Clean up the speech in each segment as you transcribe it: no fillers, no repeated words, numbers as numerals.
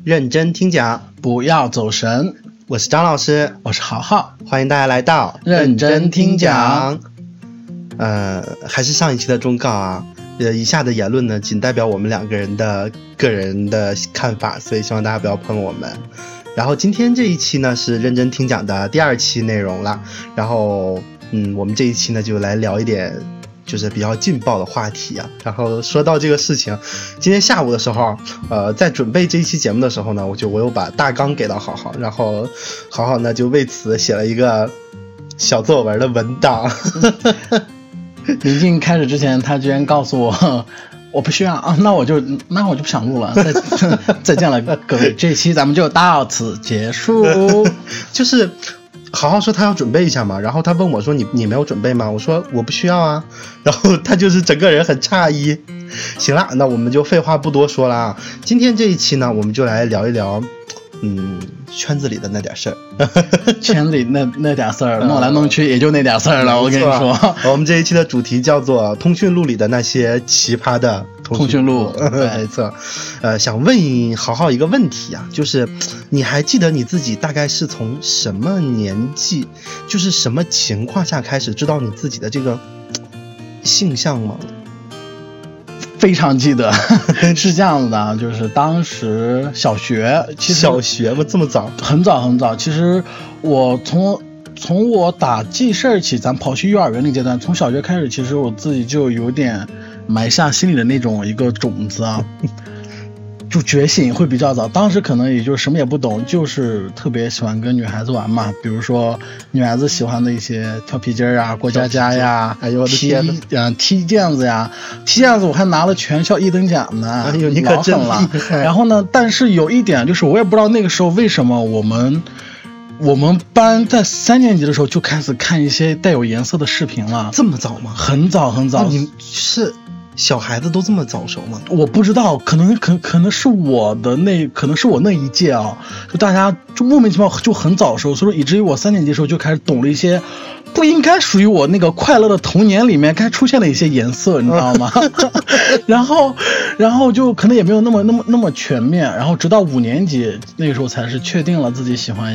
认真听讲， 不要走神。 我是张老师， 我是豪豪， 欢迎大家来到认真听讲。 还是上一期的忠告啊，以下的言论呢，仅代表我们两个人的个人的看法，所以希望大家不要喷我们。然后今天这一期呢是认真听讲的第2期内容了，然后我们这一期呢就来聊一点就是比较劲爆的话题啊。然后说到这个事情，今天下午的时候在准备这一期节目的时候呢，我又把大纲给到豪豪，然后豪豪呢就为此写了一个小作文的文档。 临近开始之前，他居然告诉我不需要啊，那我就不想录了，再见了各位，这期咱们就到此结束。 就是豪豪说他要准备一下嘛，然后他问我说你没有准备吗？我说我不需要啊，然后他就是整个人很诧异。行了，那我们就废话不多说了啊，今天这一期呢，我们就来聊一聊圈子里的那点事儿。 圈里那点事儿，弄来弄去也就那点事儿了。我跟你说， 我们这一期的主题叫做通讯录里的那些奇葩的通讯录。没错。想问豪豪一个问题啊，就是你还记得你自己大概是从什么年纪，就是什么情况下开始知道你自己的这个性向吗？ 非常记得。是这样子的，就是当时小学，其实小学吗？这么早？ 很早很早。其实我从我打记事儿起，咱刨去幼儿园那阶段，从小学开始，其实我自己就有点埋下心里的那种一个种子啊。就觉醒会比较早，当时可能也就什么也不懂，就是特别喜欢跟女孩子玩嘛，比如说女孩子喜欢的一些跳皮筋啊、过家家呀， 哎呦我的天哪， 踢毽子呀，踢毽子我还拿了全校1等奖呢， 哎呦你可真厉害。 然后呢，但是有一点就是我也不知道那个时候为什么我们班在3年级的时候就开始看一些带有颜色的视频了。 这么早吗？ 很早很早。 你是小孩子都这么早熟吗？ 我不知道，可能是可能是我那一届啊，就大家就莫名其妙就很早熟，所以说以至于我3年级的时候就开始懂了一些不应该属于我那个快乐的童年里面该出现的一些颜色，你知道吗？然后就可能也没有那么全面，然后直到5年级那个时候才是确定了自己喜欢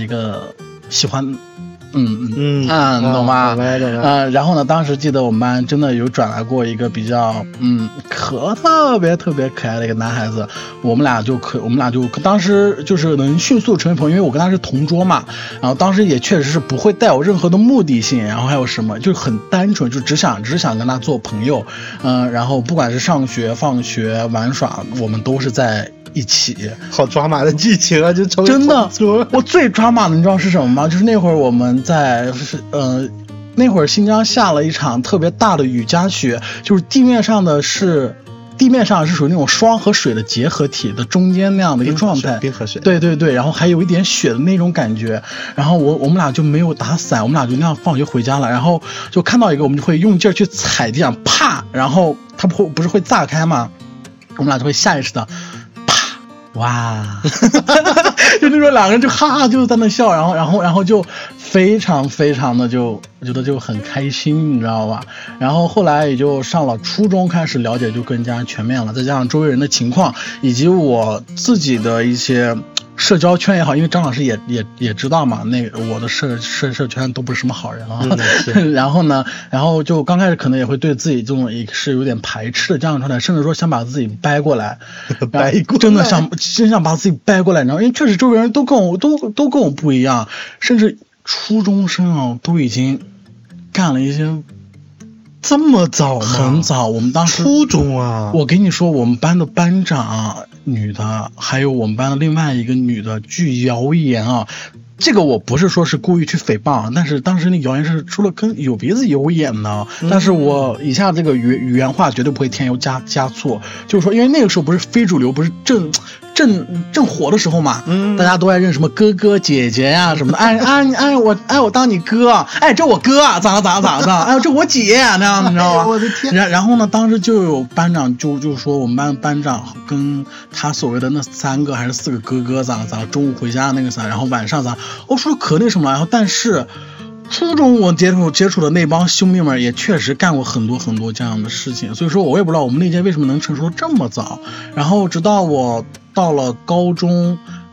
你懂吗？然后呢，当时记得我们班真的有转来过一个比较特别可爱的一个男孩子，我们俩就当时就是能迅速成为朋友，因为我跟他是同桌嘛，然后当时也确实是不会带有任何的目的性，然后还有什么就是很单纯，就只想跟他做朋友，然后不管是上学放学玩耍，我们都是在一起。 好抓马的剧情啊，就真的，我最抓马的你知道是什么吗？就是那会儿我们在那会儿新疆下了一场特别大的雨夹雪，就是地面上是属于那种霜和水的结合体的中间那样的一个状态， 冰和水， 对，然后还有一点雪的那种感觉。然后我们俩就没有打伞，我们俩就那样放学回家了，然后就看到一个，我们就会用劲儿去踩地上，啪，然后它不是会炸开吗？我们俩就会下意识的哇，就那种2个人就哈就在那笑，然后就非常的就我觉得就很开心，你知道吧？然后后来也就上了初中，开始了解就更加全面了，再加上周围人的情况以及我自己的一些社交圈也好，因为张老师也知道嘛，那个我的社圈都不是什么好人啊。然后就刚开始可能也会对自己这种也是有点排斥的这样的状态，甚至说想把自己掰过来，真的真想把自己掰过来，你知道，因为确实周围人都跟我不一样，甚至初中生啊都已经干了一些。 这么早吗？ 很早，我们当时初中啊。 我跟你说，我们班的班长女的，还有我们班的另外一个女的，据谣言啊，这个我不是说是故意去诽谤，但是当时那谣言是说了跟有鼻子有眼的，但是我以下这个原话绝对不会添油加醋，就是说，因为那个时候不是非主流，不是正火的时候嘛，大家都爱认什么哥哥姐姐呀什么的，我当你哥，哎这我哥咋了，哎这我姐那样，你知道吗？ 我的天！ 然后呢，当时就有班长就说我们班长跟他所谓的那3个还是4个哥哥咋中午回家那个啥，然后晚上咋，我说可那什么了，然后但是。初中我接触的那帮兄弟们也确实干过很多这样的事情，所以说我也不知道我们那届为什么能成熟这么早。然后直到我到了高中，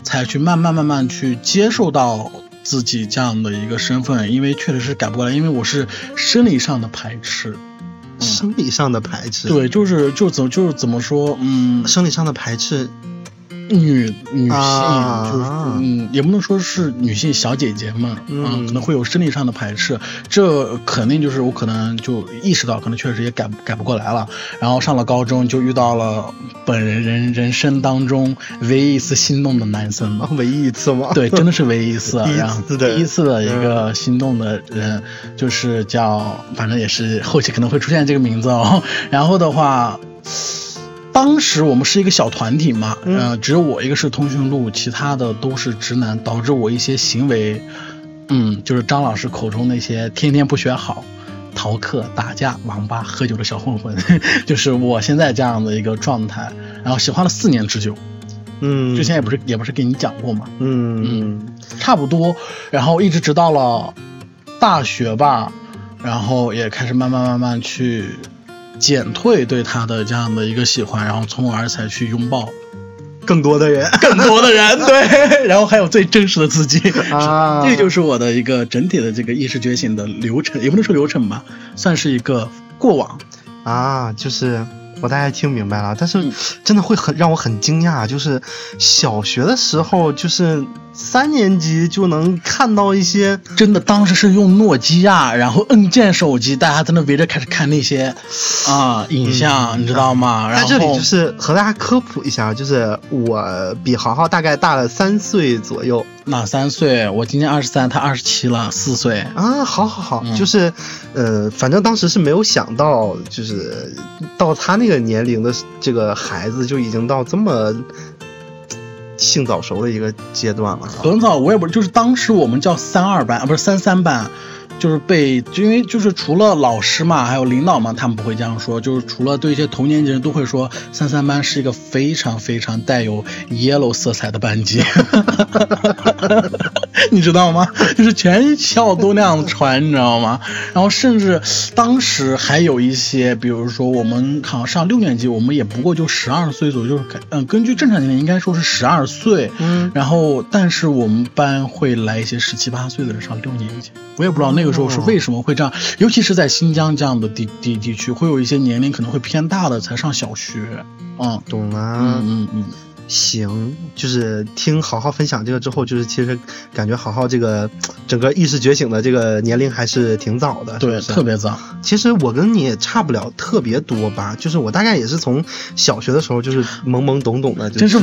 才去慢慢去接受到自己这样的一个身份，因为确实是改不过来，因为我是生理上的排斥。 生理上的排斥， 对，就是怎么说， 生理上的排斥， 女性就是也不能说是女性小姐姐们可能会有生理上的排斥，这肯定就是我可能就意识到，可能确实也改不过来了。然后上了高中就遇到了本人生当中唯一一次心动的男生， 唯一一次吗？ 对，真的是唯一一次， 第一次的一个心动的人，就是叫，反正也是后期可能会出现这个名字哦。然后的话，当时我们是一个小团体嘛，只有我一个是通讯录，其他的都是直男，导致我一些行为，就是张老师口中那些天天不学好、逃课、打架、网吧、喝酒的小混混，就是我现在这样的一个状态。然后喜欢了4年之久，之前也不是跟你讲过嘛，差不多。然后一直到了大学吧，然后也开始慢慢去减退对他的这样的一个喜欢，然后从而才去拥抱更多的人， 对，然后还有最真实的自己这就是我的一个整体的这个意识觉醒的流程，也不能说流程吧，算是一个过往就是我大概听明白了，但是真的会让我很惊讶，就是小学的时候，就是3年级就能看到一些， 真的当时是用诺基亚，然后按键手机，大家在那围着开始看那些影像，你知道吗？然后在这里就是和大家科普一下，就是我比豪豪大概大了3岁左右。 哪3岁？我今年23，他27了，4岁好，就是反正当时是没有想到，就是到他那个年龄的这个孩子就已经到这么性早熟的一个阶段了。 很早，我也不是，就是当时我们叫32班不是33班，就是因为就是除了老师嘛，还有领导嘛，他们不会这样说，就是除了对一些同年级人都会说33班是一个非常非常带有 yellow 色彩的班级你知道吗？就是全校都那样传，你知道吗？然后甚至当时还有一些，比如说我们好像上6年级，我们也不过就12岁左右，根据正常年龄应该说是12岁，然后但是我们班会来一些17、18岁的人上6年级，我也不知道那个时候是为什么会这样，尤其是在新疆这样的地区，会有一些年龄可能会偏大的才上小学。 懂了。行，就是听豪豪分享这个之后，就是其实感觉豪豪这个整个意识觉醒的这个年龄还是挺早的， 对，特别早。 其实我跟你也差不了特别多吧，就是我大概也是从小学的时候就是懵懵懂懂的， 真是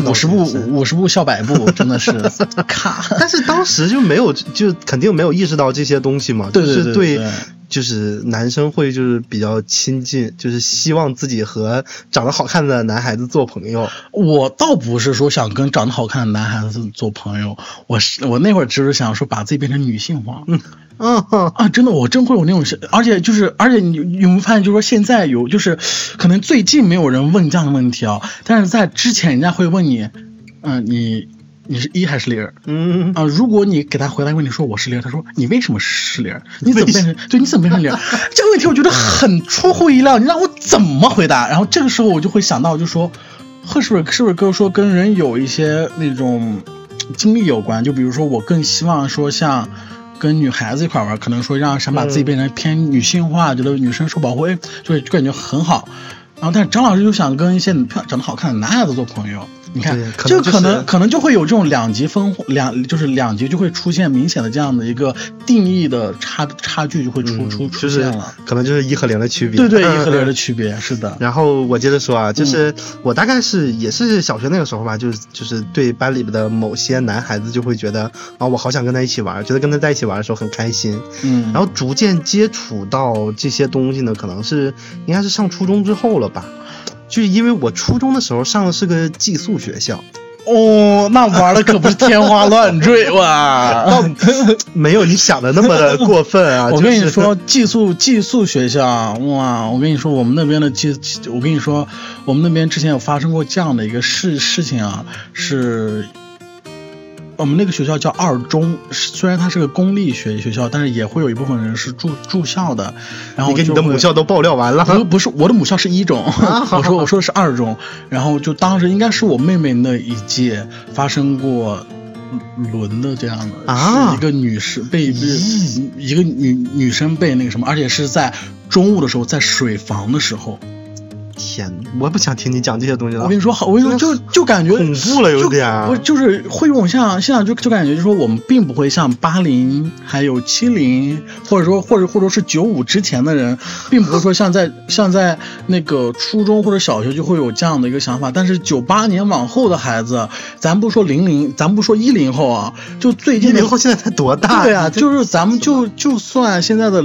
50步笑百步，真的是咔。 但是当时就没有，就肯定没有意识到这些东西嘛，对。就是男生会就是比较亲近，就是希望自己和长得好看的男孩子做朋友。 我倒不是说想跟长得好看的男孩子做朋友，我那会儿只是想说把自己变成女性化。真的，我真会有那种，而且你有没有发现，就是说现在有，就是可能最近没有人问这样的问题但是在之前人家会问你，你是1还是0？如果你给他回来问你说我是0，他说你为什么是0？你怎么变成0？这个问题我觉得很出乎意料，你让我怎么回答？然后这个时候我就会想到，就说，是不是哥说跟人有一些那种经历有关？就比如说我更希望说像跟女孩子一块玩，可能说想把自己变成偏女性化，觉得女生受保护，就感觉很好。然后但是张老师就想跟一些长得好看的男孩子做朋友。你看，这可能就会有这种两极就会出现明显的这样的一个定义的差距就会出现了， 可能就是1和0的区别。 对，1和0的区别，是的。 然后我接着说就是我大概也是小学那个时候吧，就是对班里的某些男孩子就会觉得我好想跟他一起玩，觉得跟他在一起玩的时候很开心。然后逐渐接触到这些东西呢，可能应该是上初中之后了吧。就是因为我初中的时候上的是个寄宿学校， 那玩的可不是天花乱坠哇， 没有你想的那么的过分啊！ 我跟你说，寄宿学校哇，我跟你说我们那边的我跟你说我们那边之前有发生过这样的一个事情是我们那个学校叫二中，虽然它是个公立学校，但是也会有一部分人是住校的。然后你给你的母校都爆料完了？ 不是，我的母校是一中，我说的是二中。然后就当时应该是我妹妹那一届发生过轮的这样的，是一个女士被一个女生被那个什么，而且是在中午的时候，在水房的时候。 天，我不想听你讲这些东西了。 我跟你说，就感觉恐怖了，有点。 我就是会用像现在就感觉就是说，我们并不会像80还有70，或者说是95之前的人，并不会说像在那个初中或者小学就会有这样的一个想法。但是98年往后的孩子，咱不说咱不说10后啊，就最近 10后现在才多大？ 对啊，就是咱们就算现在的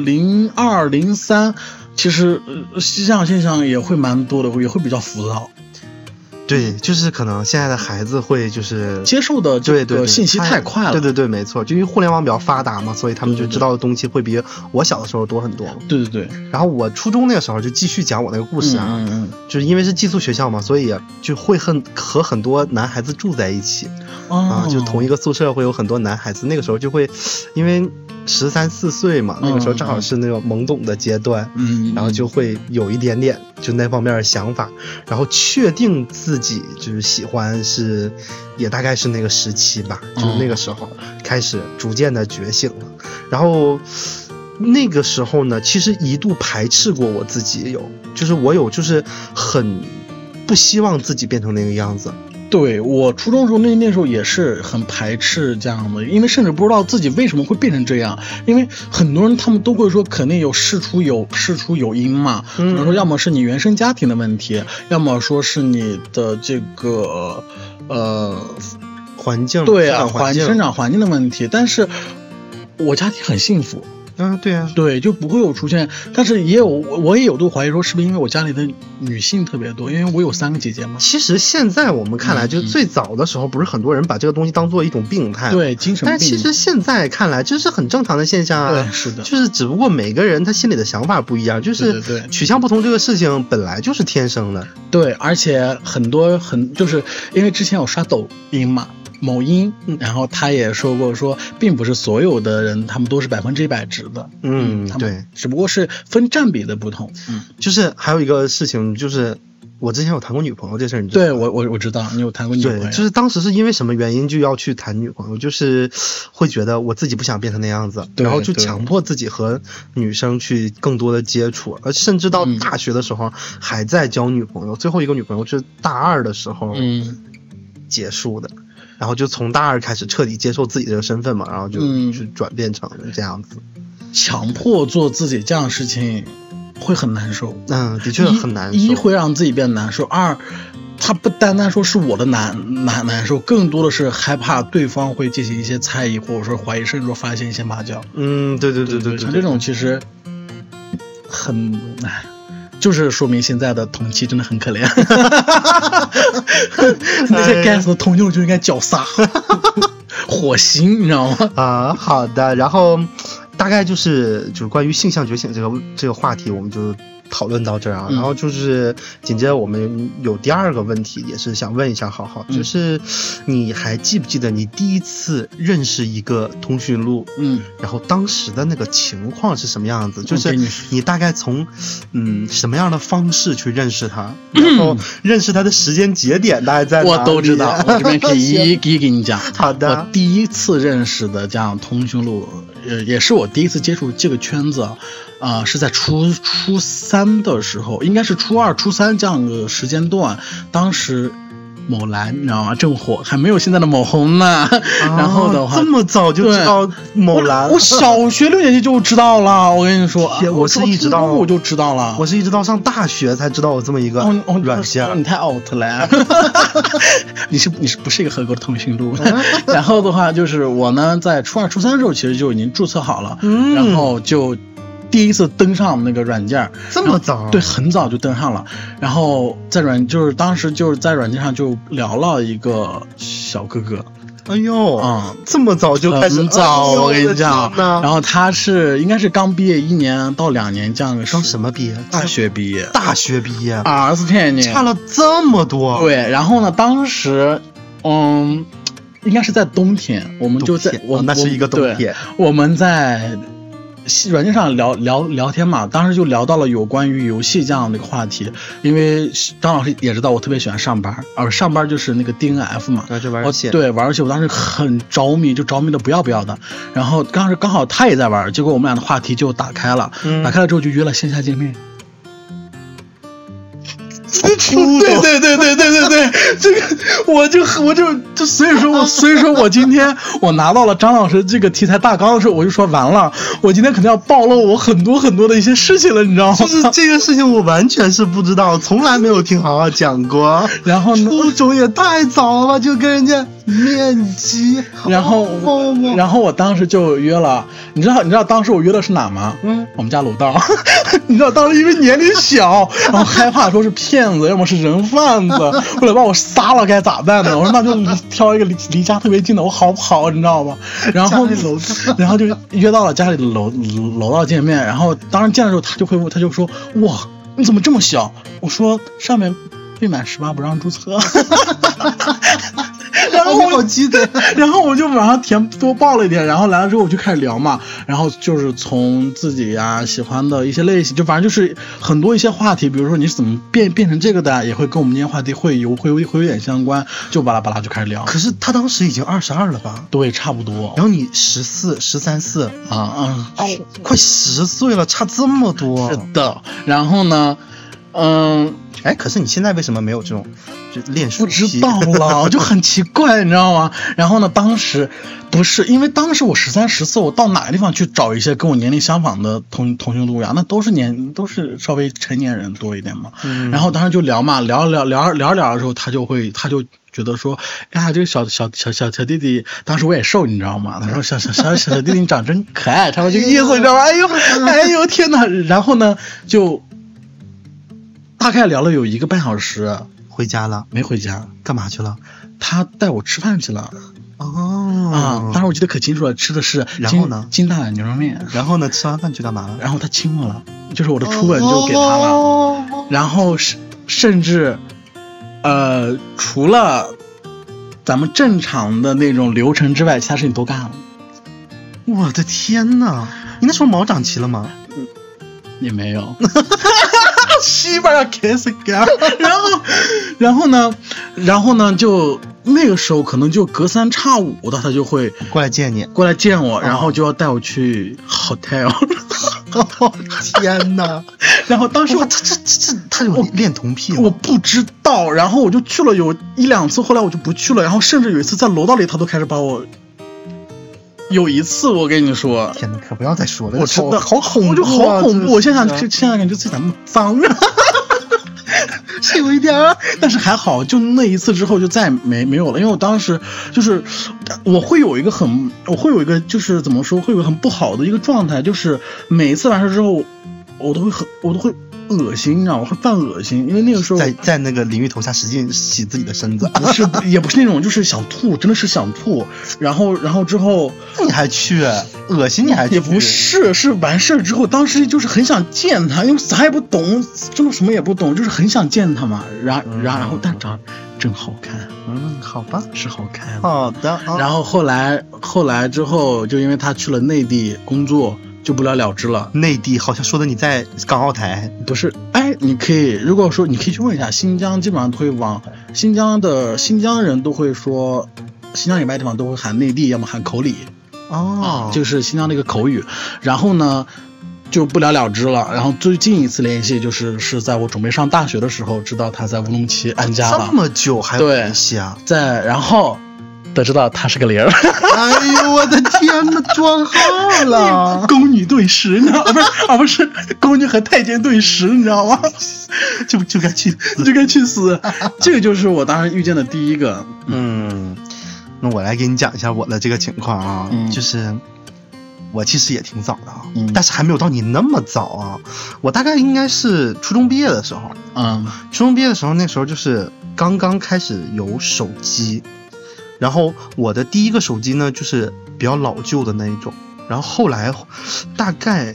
02、03。其实这样现象也会蛮多的，也会比较浮躁。 对，就是可能现在的孩子会就是接受的这个信息太快了。 对，没错，就因为互联网比较发达嘛，所以他们就知道的东西会比我小的时候多很多。 对。然后我初中那个时候就继续讲我那个故事啊，就是因为是寄宿学校嘛，所以就会和很多男孩子住在一起就同一个宿舍会有很多男孩子。那个时候就会因为13、14岁嘛，那个时候正好是那个懵懂的阶段，然后就会有一点点就那方面的想法，然后确定自己就是喜欢是也大概是那个时期吧，就是那个时候开始逐渐的觉醒了。然后那个时候呢，其实一度排斥过我自己，就是我就是很不希望自己变成那个样子。 对，我初中的时候那时候也是很排斥这样的，因为甚至不知道自己为什么会变成这样。因为很多人他们都会说肯定有事出有因嘛，可能说要么是你原生家庭的问题，要么说是你的这个环境， 对啊，生长环境的问题。但是我家庭很幸福。 对啊， 对，就不会有出现，但是我也有度怀疑说是不是因为我家里的女性特别多，因为我有3个姐姐嘛。 其实现在我们看来，就最早的时候，不是很多人把这个东西当做一种病态， 对，精神病。 但是其实现在看来，这是很正常的现象啊。 对，是的， 就是只不过每个人他心里的想法不一样，就是取向不同这个事情本来就是天生的。 对，而且就是因为之前有刷抖音嘛。某音，然后他也说过说，并不是所有的人他们都是100%直的， 对， 只不过是分占比的不同。 就是还有一个事情，就是我之前有谈过女朋友这事儿，你知道吗？ 对，我知道你有谈过女朋友。 对，就是当时是因为什么原因就要去谈女朋友，就是会觉得我自己不想变成那样子，然后就强迫自己和女生去更多的接触，而甚至到大学的时候还在交女朋友，最后一个女朋友是大2的时候结束的。然后就从大2开始彻底接受自己这个身份嘛，然后就转变成这样子。 强迫做自己这样的事情会很难受。 的确很难受。 一会让自己变难受，2他不单单说是我的难受，更多的是害怕对方会进行一些猜疑，或者说怀疑，甚至说发现一些马脚。 对， 像这种其实很就是说明现在的同期真的很可怜。那些该死的同性就应该绞杀，火星，你知道吗？ 好的，然后大概就是关于性向觉醒这个话题，我们就讨论到这儿啊。然后就是紧接着我们有第2个问题，也是想问一下浩浩，就是你还记不记得你第一次认识一个通讯录？然后当时的那个情况是什么样子？就是你大概从什么样的方式去认识他，然后认识他的时间节点大概在哪里？ 我都知道，我这边可以一一给你讲。 好的， 我第一次认识的这样通讯录，也是我第一次接触这个圈子。是在初3的时候，应该是初2、初3这样的时间段。当时某蓝你知道吗？正火，还没有现在的某红呢。然后的话， 这么早就知道某蓝？ 我小学6年级就知道了。我跟你说， 我是一直到我就知道了。 我是一直到上大学才知道有这么一个软件。 你太 out 了。你是不是一个合格的通讯录？然后的话，就是我呢，在初2、初3的时候，其实就已经注册好了，然后就第一次登上那个软件。 这么早？ 对，很早就登上了。然后就是当时就是在软件上就聊了一个小哥哥。 哎呦，这么早就开始？ 很早，我跟你讲。然后他应该是刚毕业1年到2年这样的。 刚什么毕业？ 大学毕业。 大学毕业。 20天年。 差了这么多。 对，然后呢，当时应该是在冬天，我们就在那是一个冬天， 我们在软件上聊天嘛，当时就聊到了有关于游戏这样的一个话题，因为张老师也知道我特别喜欢上班，上班就是那个 DNF 嘛， 就玩游戏， 对，玩游戏我当时很着迷，就着迷的不要不要的，然后刚好他也在玩，结果我们俩的话题就打开了，打开了之后就约了线下见面。对，这个我就所以说我今天我拿到了张老师这个题材大纲的时候，我就说完了，我今天肯定要暴露我很多的一些事情了，你知道吗？ 就是这个事情我完全是不知道，从来没有听好好讲过。 然后初中也太早了吧，就跟人家面基。 然后我当时就约了，你知道当时我约的是哪吗？我们家楼道。你知道当时因为年龄小，然后害怕说是骗子，要么是人贩子，为了把我杀了该咋办呢？我说那就挑一个离家特别近的，我好跑，你知道吗？然后就约到了家里的楼道见面，然后当时见的时候他就说哇你怎么这么小？我说上面未满18不让注册。然后我记得，然后我就往上多报了一点，然后来了之后我就开始聊嘛，然后就是从自己喜欢的一些类型，就反正就是很多一些话题，比如说你是怎么变成这个的，也会跟我们今天话题会有点相关，就巴拉巴拉就开始聊。 可是他当时已经22了吧？ 对，差不多。 然后你13、14 啊， 快10岁了，差这么多。 是的。然后呢， 可是你现在为什么没有这种就练书？ 不知道了，就很奇怪，你知道吗？然后呢，当时不是因为当时我13、14，我到哪个地方去找一些跟我年龄相仿的同学度呀？那都是稍微成年人多一点嘛。然后当时就聊嘛，聊的时候，他就觉得说，哎呀，这个小弟弟，当时我也瘦，你知道吗？他说小弟弟你长真可爱，差不多这个意思，你知道吗？哎呦天哪！然后呢，就大概聊了有1个半小时。 回家了？ 没回家。 干嘛去了？ 他带我吃饭去了。当时我记得可清楚了，吃的是然后呢金大碗牛肉面。 然后呢，吃完饭去干嘛了？ 然后他亲我了，就是我的初吻就给他了。然后甚至除了咱们正常的那种流程之外，其他事情都干了。 我的天哪！你那时候毛长齐了吗？ 也没有。西边要 kiss 干。然后呢，就那个时候可能就隔3差5的，他就会过来见我，然后就要带我去 hotel。 天哪！ 然后当时他有恋童癖吗？ 我不知道。然后我就去了有1、2次，后来我就不去了。然后甚至有一次在楼道里，他都开始把我。有一次我跟你说， 天哪，可不要再说了， 我真的好恐怖， 我就好恐怖。我现在感觉自己怎么脏啊，是有一点，但是还好，就那一次之后就再没有了。因为我当时就是我会有一个就是怎么说，会有一个很不好的一个状态，就是每一次完事之后，我都会恶心，你知道吗？会犯恶心，因为那个时候在那个淋浴头下使劲洗自己的身子， 也不是那种，就是想吐，真的是想吐。然后之后你还去恶心，你还去？ 也不是，是完事之后，当时就是很想见他，因为啥也不懂，真的什么也不懂，就是很想见他嘛。然后但长真好看， 好吧， 是好看。 好的。 然后后来之后，就因为他去了内地工作。就不了了之了。 内地好像说的你在港澳台， 不是？哎，你可以，如果说你可以去问一下，新疆基本上都会往新疆人都会说，新疆以外地方都会喊内地，要么喊口里。就是新疆那个口语。然后呢，就不了了之了。然后最近一次联系是在我准备上大学的时候，知道他在乌鲁木齐安家了。 这么久还有联系啊？ 然后。得知道他是个零。 哎呦我的天哪，装号了！ 宫女对食，你知道吗？不是宫女和太监对食，你知道吗？就该去死。这个就是我当时遇见的第一个。 那我来给你讲一下我的这个情况啊，就是我其实也挺早的啊，但是还没有到你那么早啊。我大概应该是初中毕业的时候，初中毕业的时候，那时候就是刚刚开始有手机。然后我的第一个手机呢，就是比较老旧的那一种。然后后来大概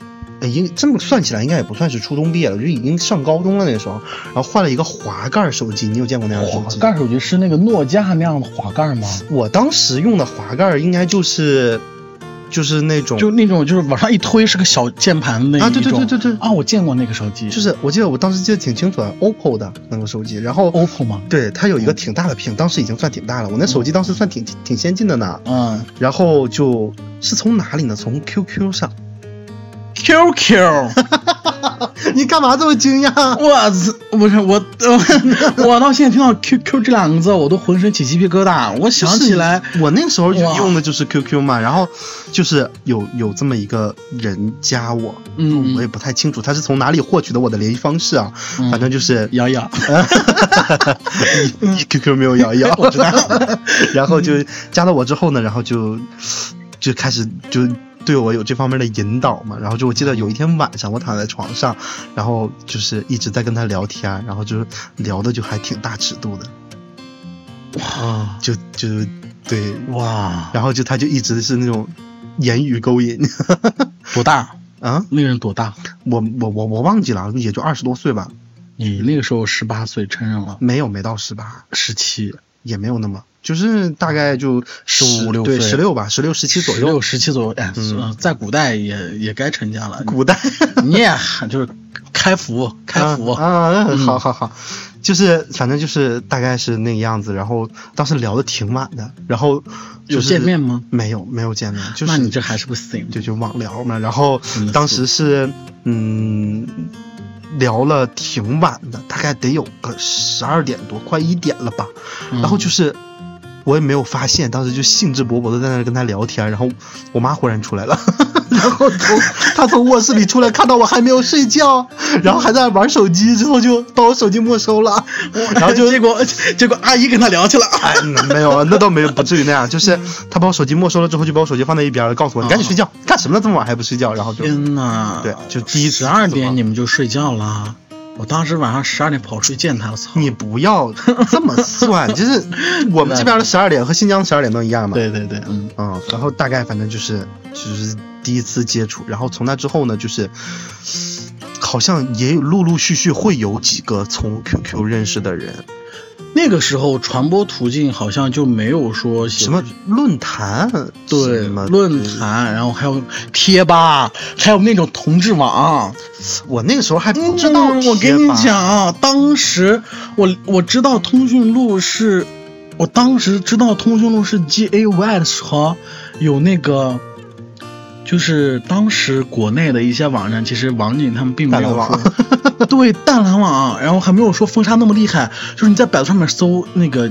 这么算起来应该也不算是初中毕业了，就已经上高中了那个时候。然后换了一个滑盖手机，你有见过那样的手机？ 滑盖手机是那个诺基亚那样的滑盖吗？ 我当时用的滑盖应该就是那种， 就是往上一推是个小键盘的那一种。 对啊，我见过那个手机， 就是我当时记得挺清楚的 ，OPPO 的那个手机。然后 OPPO 吗？ 对，它有一个挺大的屏，当时已经算挺大了。我那手机当时算挺先进的呢。然后就是从哪里呢？从 QQ 上。 QQ， 你干嘛这么惊讶？ 我到现在听到 QQ 这两个字，我都浑身起鸡皮疙瘩。我想起来， 我那个时候就用的就是 QQ 嘛，然后就是有这么一个人加我，我也不太清楚他是从哪里获取的我的联系方式啊，反正就是瑶瑶， 你 QQ 没有瑶瑶，我知道。然后就加了我之后呢，然后就开始就对我有这方面的引导嘛，然后我记得有一天晚上我躺在床上，然后就是一直在跟他聊天，然后就是聊的就还挺大尺度的，哇，就对哇，然后他就一直是那种言语勾引。 多大啊？ 那个人多大？ 我忘记了，也就20多岁吧。 你那个时候18岁成人了？ 没到 18，17 也没有那么。就是大概就 15、16 岁，对，16吧，16、17左右 ，16、17左右。在古代也该成家了。 古代你也就是开服啊，好，就是反正就是大概是那个样子。然后当时聊的挺晚的，然后有见面吗？ 没有见面，就是那你这还是不行。 就网聊嘛。然后当时是聊了挺晚的，大概得有个12点多，快1点了吧。然后就是我也没有发现，当时就兴致勃勃的在那跟他聊天，然后我妈忽然出来了，然后他从卧室里出来，看到我还没有睡觉，然后还在玩手机，之后就把我手机没收了，然后结果阿姨跟他聊去了。 哎，没有，那倒没有，不至于那样，就是他把我手机没收了之后，就把我手机放在一边，告诉我你赶紧睡觉，干什么呢？这么晚还不睡觉？然后就天哪， 对，就第一次 12点你们就睡觉了。我当时晚上12点跑出去见他了，操！ 你不要这么算，就是我们这边的12点和新疆的12点都一样嘛。 对， 然后大概反正就是第一次接触，然后从那之后呢，就是好像也有陆陆续续会有几个从 QQ 认识的人。 那个时候传播途径好像就没有说什么论坛， 对，论坛，然后还有贴吧，还有那种同志网。 我那个时候还不知道。 我跟你讲，当时我知道通讯录是，我当时知道通讯录是 GAY 的时候，有那个。就是当时国内的一些网站，其实网警他们并没有说，对，淡蓝网，然后还没有说封杀那么厉害。就是你在百度上面搜那个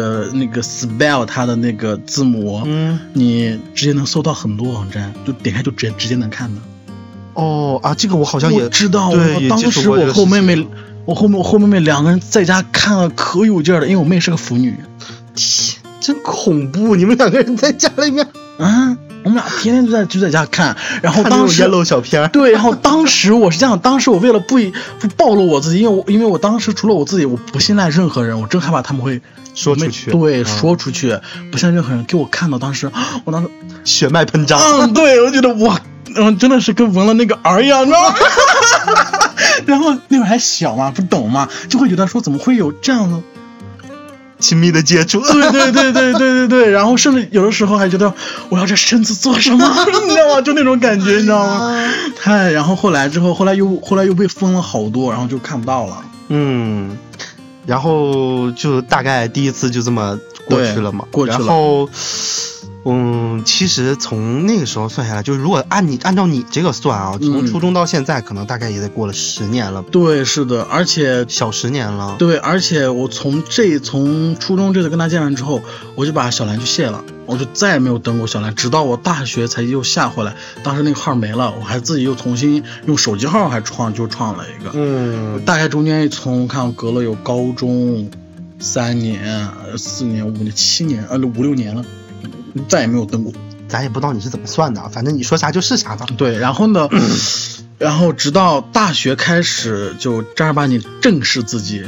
spell 它的那个字母，你直接能搜到很多网站，就点开就直接能看的。 哦啊，这个我好像也知道。 对， 当时我和我后妹妹两个人在家看了可有劲儿的，因为我妹是个腐女。 真恐怖！你们两个人在家里面我们俩天天就在家看，然后当时烟漏小片， 对，然后当时我是这样，当时我为了不暴露我自己，因为我当时除了我自己，我不信赖任何人，我真害怕他们会说出去， 对，说出去，不信赖任何人，给我看到，我当时血脉喷张， 对，我觉得哇，真的是跟闻了那个儿一样，你知道吗？然后那会儿还小嘛，不懂嘛，就会觉得说怎么会有这样的。 亲密的接触， 对，然后甚至有的时候还觉得我要这身子做什么，你知道吗？就那种感觉，你知道吗？然后后来又被封了好多，然后就看不到了。 然后就大概第一次就这么过去了嘛，然后。其实从那个时候算下来，就是如果按照你这个算啊，从初中到现在，可能大概也得过了10年了。 对，是的，而且小10年了。 对，而且我从初中这次跟他见完之后，我就把小兰就卸了，我就再也没有登过小兰，直到我大学才又下回来。当时那个号没了，我还自己又重新用手机号还创了一个。大概中间看隔了有高中3年、4年、5年、7年、5、6年了。再也没有登过， 咱也不知道你是怎么算的，反正你说啥就是啥吧。 对，然后呢，然后直到大学开始就正儿八经正视自己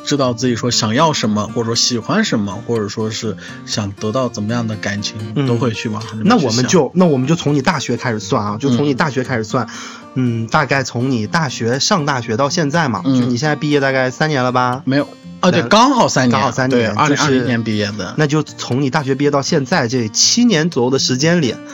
知道自己说想要什么，或者说喜欢什么，或者说是想得到怎么样的感情，都会去往那我们就从你大学开始算啊，就从你大学开始算，大概从你上大学到现在嘛，就你现在毕业大概3年了吧？ 没有啊，对，刚好3年，对，2020年毕业的， 那就从你大学毕业到现在这7年左右的时间里。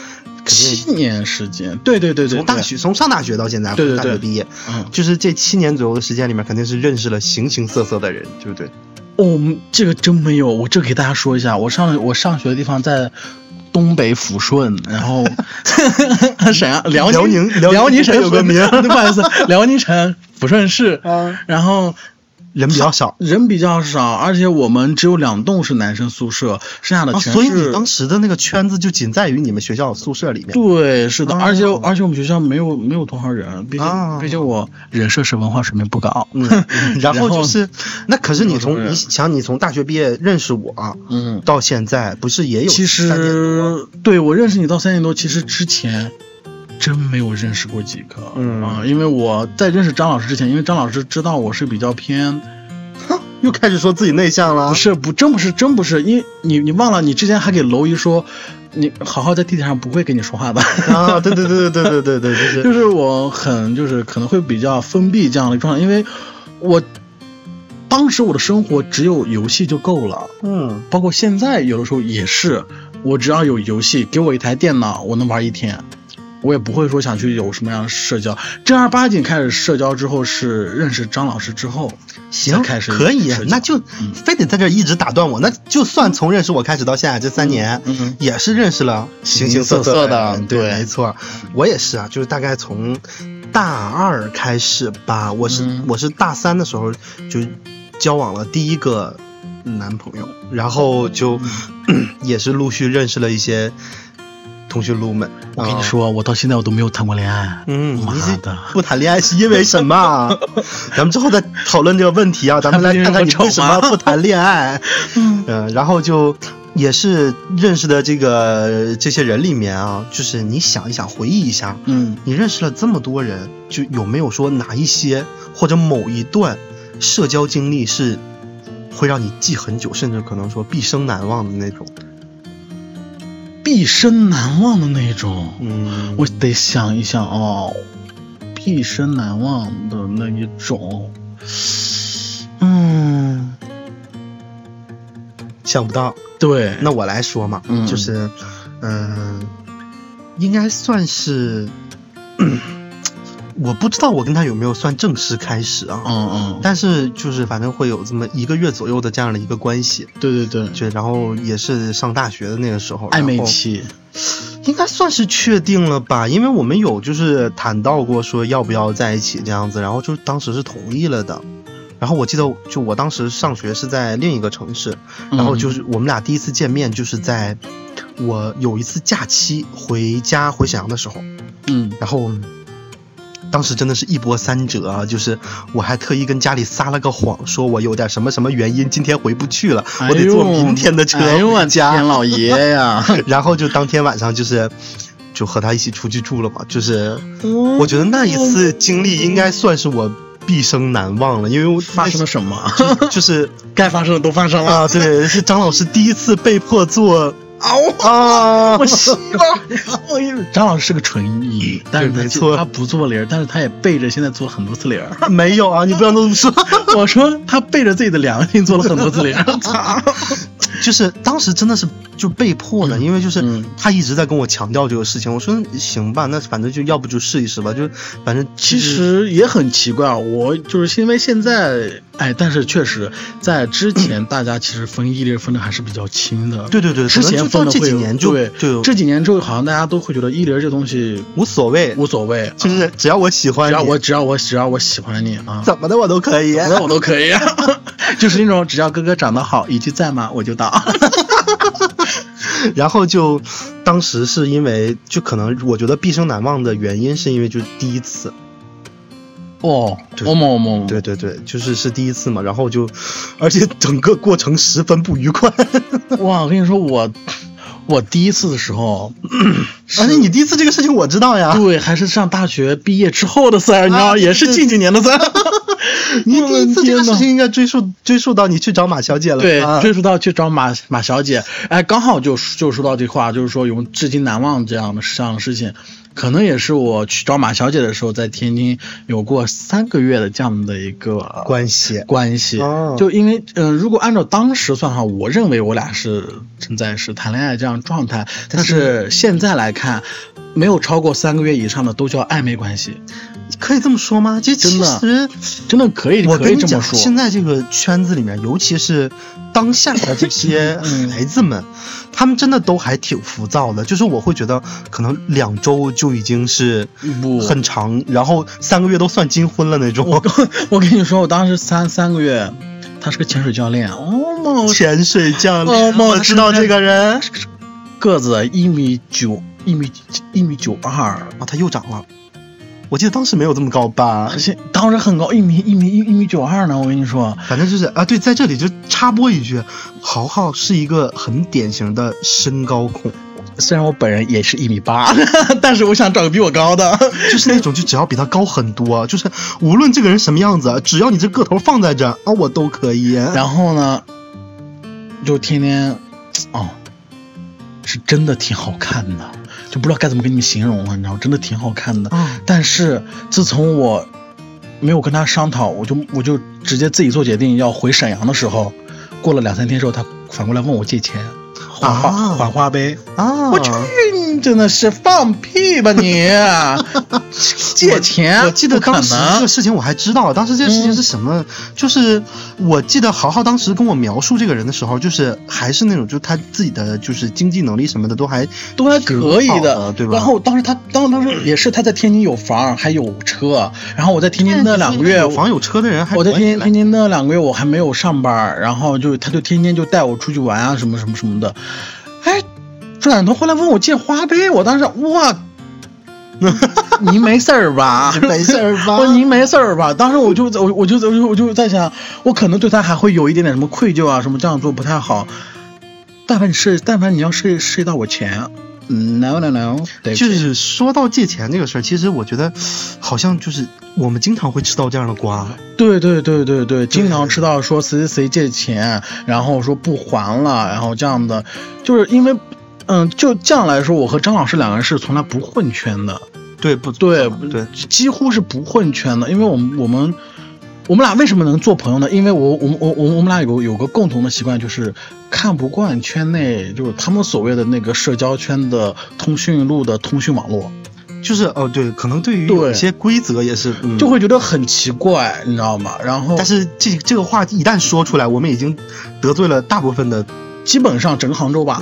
7年时间，对， 从上大学到现在， 对， 大学毕业，就是这7年左右的时间里面，肯定是认识了形形色色的人，对不对？ 哦，这个真没有，我这给大家说一下，我上学的地方在东北抚顺，然后沈阳辽宁省有个名， 不好意思，辽宁省抚顺市，然后。 人比较少， 而且我们只有2栋是男生宿舍，剩下的全是。 所以你当时的那个圈子就仅在于你们学校宿舍里面。 对，是的，而且我们学校没有多少人，毕竟我人设是文化水平不高。 然后就是，那可是你从大学毕业认识我，到现在不是也有3年多？ 对，我认识你到3年多，其实之前。真没有认识过几个，因为我在认识张老师之前，因为张老师知道我是比较偏， 又开始说自己内向了。 真不是，因为你忘了，你之前还给娄姨说，你好好在地铁上不会跟你说话的啊，对， 就是我很就是可能会比较封闭这样的一个状态，因为我当时我的生活只有游戏就够了，包括现在有的时候也是，我只要有游戏，给我一台电脑，我能玩1天。我也不会说想去有什么样的社交，正儿八经开始社交之后是认识张老师之后， 行， 开始可以，那就非得在这一直打断我，那就算从认识我开始到现在这3年，也是认识了形形色色的，对，没错，我也是啊，就是大概从大2开始吧，我是大3的时候就交往了第一个男朋友，然后就也是陆续认识了一些。同学撸们， 我跟你说，我到现在我都没有谈过恋爱。妈的， 不谈恋爱是因为什么？咱们之后再讨论这个问题啊。咱们来看看你为什么不谈恋爱。然后就也是认识的这些人里面啊，就是你想一想，回忆一下，你认识了这么多人，就有没有说哪一些或者某一段社交经历是会让你记很久，甚至可能说毕生难忘的那种？ 毕生难忘的那种，我得想一想哦，毕生难忘的那一种， 想不到。 对， 那我来说嘛，就是，应该算是，我不知道我跟他有没有算正式开始啊，但是就是反正会有这么1个月左右的这样的一个关系。 对， 就然后也是上大学的那个时候， 暧昧期， 应该算是确定了吧，因为我们有就是谈到过说要不要在一起这样子，然后就当时是同意了的。然后我记得就我当时上学是在另一个城市，然后就是我们俩第一次见面就是在我有一次假期回沈阳的时候，然后当时真的是一波三折啊，就是我还特意跟家里撒了个谎，说我有点什么什么原因今天回不去了，我得坐明天的车回家。 天老爷呀！ 然后就当天晚上就和他一起出去住了嘛，就是我觉得那一次经历应该算是我毕生难忘了，因为发生了什么？ 就是该发生的都发生了啊！对，是张老师第一次被迫做。 我希望张老师是个纯艺，但是没错， 他不做零，但是他也背着现在做了很多次零。 没有啊，你不要这么说。 我说他背着自己的良心做了很多次零。 就是当时真的是就被迫的，因为就是他一直在跟我强调这个事情。我说行吧，那反正就要不就试一试吧，就反正其实也很奇怪，我就是因为现在但是确实在之前大家其实分异地分的还是比较轻的。 对， 之前分的这几年就这几年之后好像大家都会觉得异地这东西无所谓， 就是只要我喜欢你， 只要我喜欢你啊， 怎么的我都可以， 就是那种只要哥哥长得好，一句在吗我就到。 然后就当时是因为就可能我觉得毕生难忘的原因是因为就是第一次。对，就是第一次嘛，然后而且整个过程十分不愉快。 哇，我跟你说， 我第一次的时候， 而且你第一次这个事情我知道呀。 对，还是上大学毕业之后的事儿，你知道，也是近几年的事儿。 你第一次这个事情应该追溯到你去找马小姐了。 对，追溯到去找马小姐。哎，刚好就说到这话，就是说有至今难忘这样的事情。可能也是我去找马小姐的时候，在天津有过3个月的这样的一个关系。就因为如果按照当时算的话，我认为我俩是正在是谈恋爱这样状态，但是现在来看，没有超过3个月以上的都叫暧昧关系。 可以这么说吗？其实真的可以这么说。 现在这个圈子里面，尤其是当下的这些孩子们，他们真的都还挺浮躁的。就是我会觉得，可能2周就已经是很长，然后3个月都算金婚了那种。 我跟你说，我当时三个月，他是个潜水教练。 潜水教练，我知道这个人， 个子1.9米，1.92米。啊， 他又长了。我记得当时没有这么高吧？ 当时很高，1.92米呢。我跟你说， 反正就是啊，对，在这里就插播一句，豪豪是一个很典型的身高控。 虽然我本人也是1.8米，但是我想找个比我高的， 就是那种就只要比他高很多，就是无论这个人什么样子，只要你这个头放在这啊，我都可以。 然后呢，就天天是真的挺好看的。就不知道该怎么跟你们形容了，你知道，真的挺好看的。但是自从我没有跟他商讨，我就直接自己做决定要回沈阳的时候，过了2-3天之后，他反过来问我借钱，还花呗啊！我去，你真的是放屁吧你！借钱？ 我记得当时这个事情我还知道，当时这个事情是什么？就是我记得豪豪当时跟我描述这个人的时候，就是还是那种，就他自己的就是经济能力什么的都还可以的， 对吧？ 然后当时也是他在天津有房还有车，然后我在天津那2个月， 有房有车的人还我在天津那2个月我还没有上班，然后他就天天就带我出去玩啊什么的。哎，转头后来问我借花呗，我当时哇，您没事儿吧？ 没事儿吧？ 您没事儿吧？当时我就在想，我可能对他还会有一点点什么愧疚啊，什么这样做不太好。但凡你要涉及到我钱，no， 就是说到借钱这个事儿，其实我觉得好像就是我们经常会吃到这样的瓜。 对，经常吃到说谁借钱，然后说不还了，然后这样的，就是因为就这样来说，我和张老师2个人是从来不混圈的。对，几乎是不混圈的，因为我们俩为什么能做朋友呢？因为我们俩有个共同的习惯，就是看不惯圈内就是他们所谓的那个社交圈的通讯录的通讯网络。 就是对，可能对于有些规则也是， 就会觉得很奇怪，你知道吗？然后， 但是这个话一旦说出来，我们已经得罪了大部分的， 基本上整个杭州吧。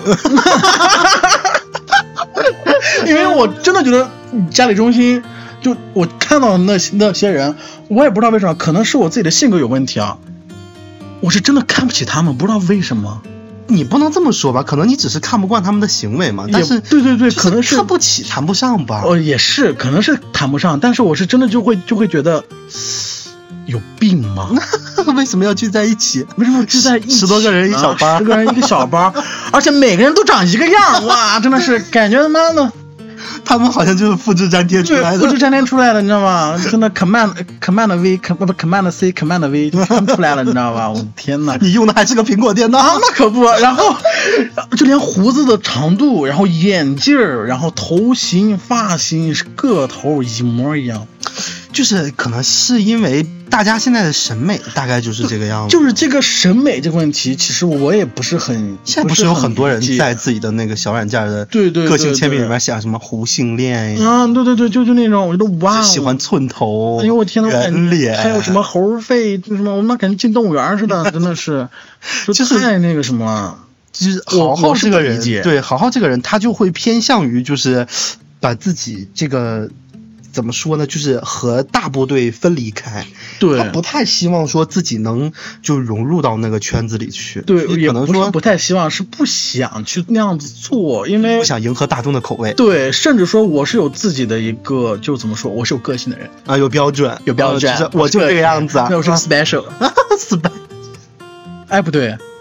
因为我真的觉得家里中心，就我看到的那些人，我也不知道为什么，可能是我自己的性格有问题啊。我是真的看不起他们，不知道为什么。 你不能这么说吧，可能你只是看不惯他们的行为嘛。但是对，可能是看不起谈不上吧。 也是，可能是谈不上，但是我是真的就会觉得有病吗？ 为什么要聚在一起？ 为什么要聚在一起 ？10多个人一小班，10 个人一个小班，而且每个人都长一个样，哇，真的是感觉他妈的。 他们好像就是复制粘贴出来的， 复制粘贴出来的，你知道吗？真的 Command C Command V 出来了，你知道吧？我的天哪！ 你用的还是个苹果电脑？ 那可不。然后就连胡子的长度，然后眼镜，然后头型、发型、个头一模一样。 就是可能是因为大家现在的审美大概就是这个样子。 就是这个审美这个问题，其实我也不是很。 现在不是有很多人在自己的那个小软件的个性签名里面写什么弧性恋啊？对，就那种，我觉得哇， 喜欢寸头， 哎呦我天呐， 圆脸， 还有什么猴肺，什么我们感觉进动物园似的，真的是，就是太那个什么。 就是豪豪这个人，对，豪豪这个人，他就会偏向于就是把自己这个。怎么说呢？就是和大部队分离开， 对， 他不太希望说自己能就融入到那个圈子里去， 对， 可能说不太希望，是不想去那样子做，因为不想迎合大众的口味， 对，甚至说我是有自己的一个，就怎么说，我是有个性的人啊，有标准， 就是我就这个样子啊， 我是 special， special， 哎，不对。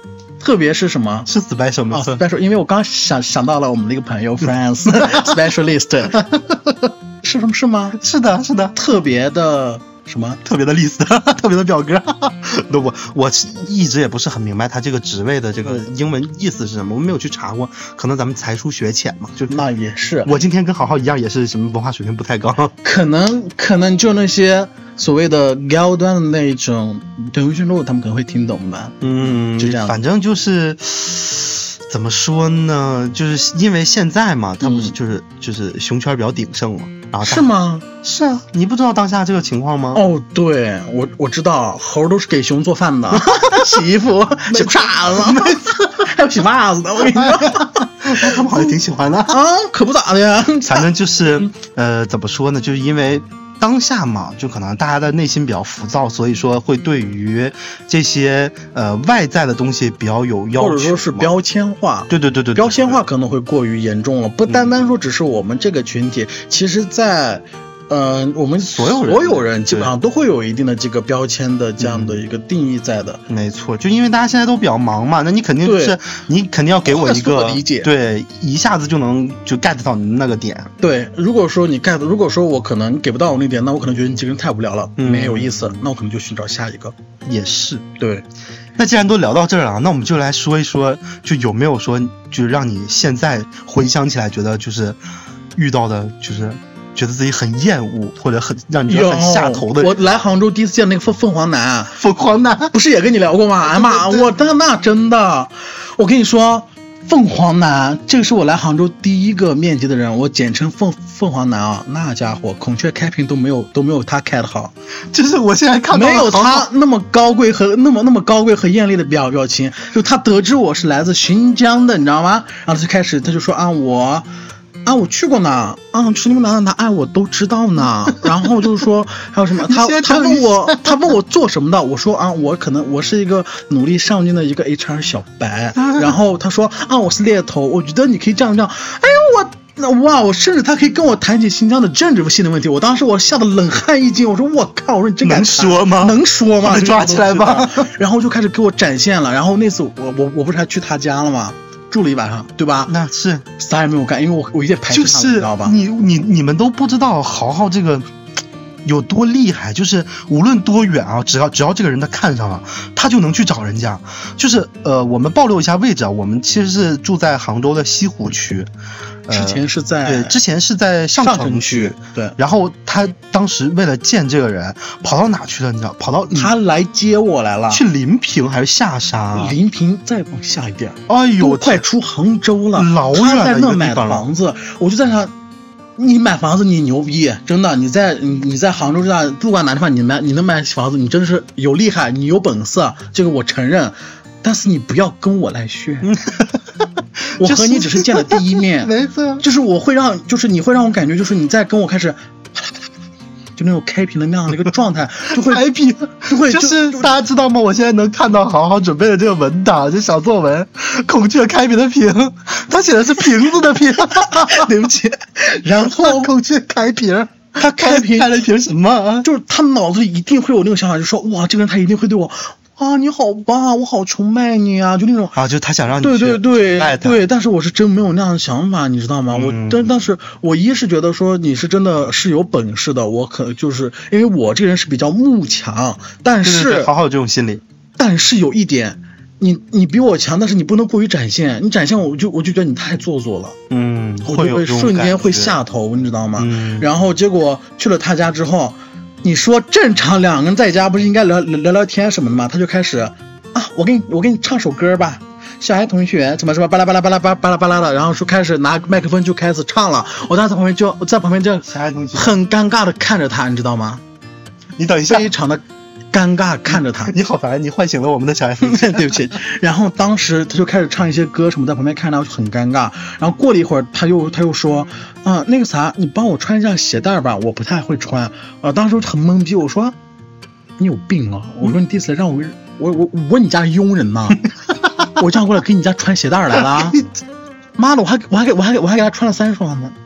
特别是什么？ 是 special 吗 ？special， 因为我刚想到了我们的一个朋友 friends specialist， 是什么是吗？ 是的， 特别的。什么特别的 list， 特别的表格？我一直也不是很明白他这个职位的这个英文意思是什么，我没有去查过，可能咱们才疏学浅嘛，就那也是。 我今天跟好好一样，也是什么文化水平不太高， 可能就那些所谓的高端的那种腾讯录，他们可能会听懂吧。就这样。 反正就是怎么说呢，就是因为现在嘛，他不是就是熊圈比较鼎盛嘛。 是吗？ 是啊，你不知道当下这个情况吗？ 哦，对，我知道，猴都是给熊做饭的，洗衣服、洗裤衩子，还有洗袜子的。我跟你说， 他们好像挺喜欢的啊，可不咋的呀。 反正就是怎么说呢，就是因为当下嘛，就可能大家的内心比较浮躁，所以说会对于这些外在的东西比较有要求， 或者说是标签化。 对， 标签化可能会过于严重了，不单单说只是我们这个群体，其实在我们所有人基本上都会有一定的这个标签的这样的一个定义在的。 没错，就因为大家现在都比较忙嘛，那你肯定就是你肯定要给我一个理解， 对，一下子就能就 get 到你那个点。 对，如果说我可能给不到我那点，那我可能觉得你这个人太无聊了，没有意思，那我可能就寻找下一个。 也是， 对。 那既然都聊到这儿了，那我们就来说一说，就有没有说就让你现在回想起来觉得就是遇到的就是觉得自己很厌恶或者很让你觉得很下头的。 我来杭州第一次见那个凤凰男不是也跟你聊过吗？哎妈，我那真的，我跟你说，凤凰男这个是我来杭州第一个面基的人，我简称凤凰男啊，那家伙孔雀开屏都没有他开的好， 就是我现在看到没有他那么高贵和那么高贵和艳丽的表情，就他得知我是来自新疆的，你知道吗？然后他就说我去过呢，去你们哪我都知道呢。然后就是说还有什么，他问我做什么的，我说我是一个努力上进的一个 HR 小白。然后他说我是猎头，我觉得你可以这样。哎呦我甚至他可以跟我谈起新疆的政治性的问题，我当时我吓得冷汗一惊，我说我靠，我说你真敢谈能说吗？ 抓起来吧。 然后就开始给我展现了，然后那次我不是还去他家了吗？住了一晚上，对吧？ 那是啥也没有干，因为我有点排斥他， 就是你知道吧？ 你们都不知道豪豪这个有多厉害，就是无论多远啊，只要这个人他看上了，他就能去找人家。就是我们暴露一下位置啊，我们其实是住在杭州的西湖区。 之前是在上城区， 对。 然后他当时为了见这个人，跑到哪去了？你知道？跑到他来接我来了， 去临平还是下沙？ 临平再往下一点， 哎呦， 都快出杭州了， 老远他在那买房子，我就在想，你买房子你牛逼，真的，你在杭州这样，不管哪地方你能买房子，你真的是有厉害，你有本事，这个我承认，但是你不要跟我来炫。我和你只是见了第一面， 没错， 就是你会让我感觉，就是你在跟我开始，就那种开屏的那样的一个状态，就会开屏，就是大家知道吗？我现在能看到豪豪准备的这个文档，就小作文，孔雀开屏的屏，他写的是瓶子的瓶，对不起， 然后孔雀开屏， 他开了一瓶什么？ 就是他脑子里一定会有那个想法，就说哇，这个人他一定会对我。你好棒，我好崇拜你啊，就那种就他想让你对，但是我是真没有那样的想法，你知道吗？但是我一是觉得说你是真的是有本事的，我可就是因为我这个人是比较慕强，但是对好有这种心理， 但是有一点，你比我强，但是你不能过于展现，你展现我就觉得你太做作了，我就会瞬间会下头，你知道吗？然后结果去了他家之后。你说正常两个人在家不是应该聊天什么的吗？他就开始我给你唱首歌吧，小爱同学怎么巴拉巴拉巴拉巴拉巴拉的，然后说开始拿麦克风就开始唱了。我当时在旁边就很尴尬的看着他，你知道吗？ 你等一下， 非常的尴尬看着他。 你好烦，你唤醒了我们的小爱同学。 对不起。然后当时他就开始唱一些歌什么，在旁边看他很尴尬。然后过了一会儿，他又说那个啥，你帮我穿一下鞋带吧，我不太会穿。当时很懵逼，我说你有病啊！我说你第一次来让我问你家佣人呢，我这样过来给你家穿鞋带来了。妈的，我还给他穿了3双呢。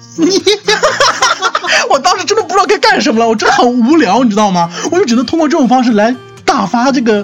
我当时真的不知道该干什么了，我真的很无聊，你知道吗？我就只能通过这种方式来大发这个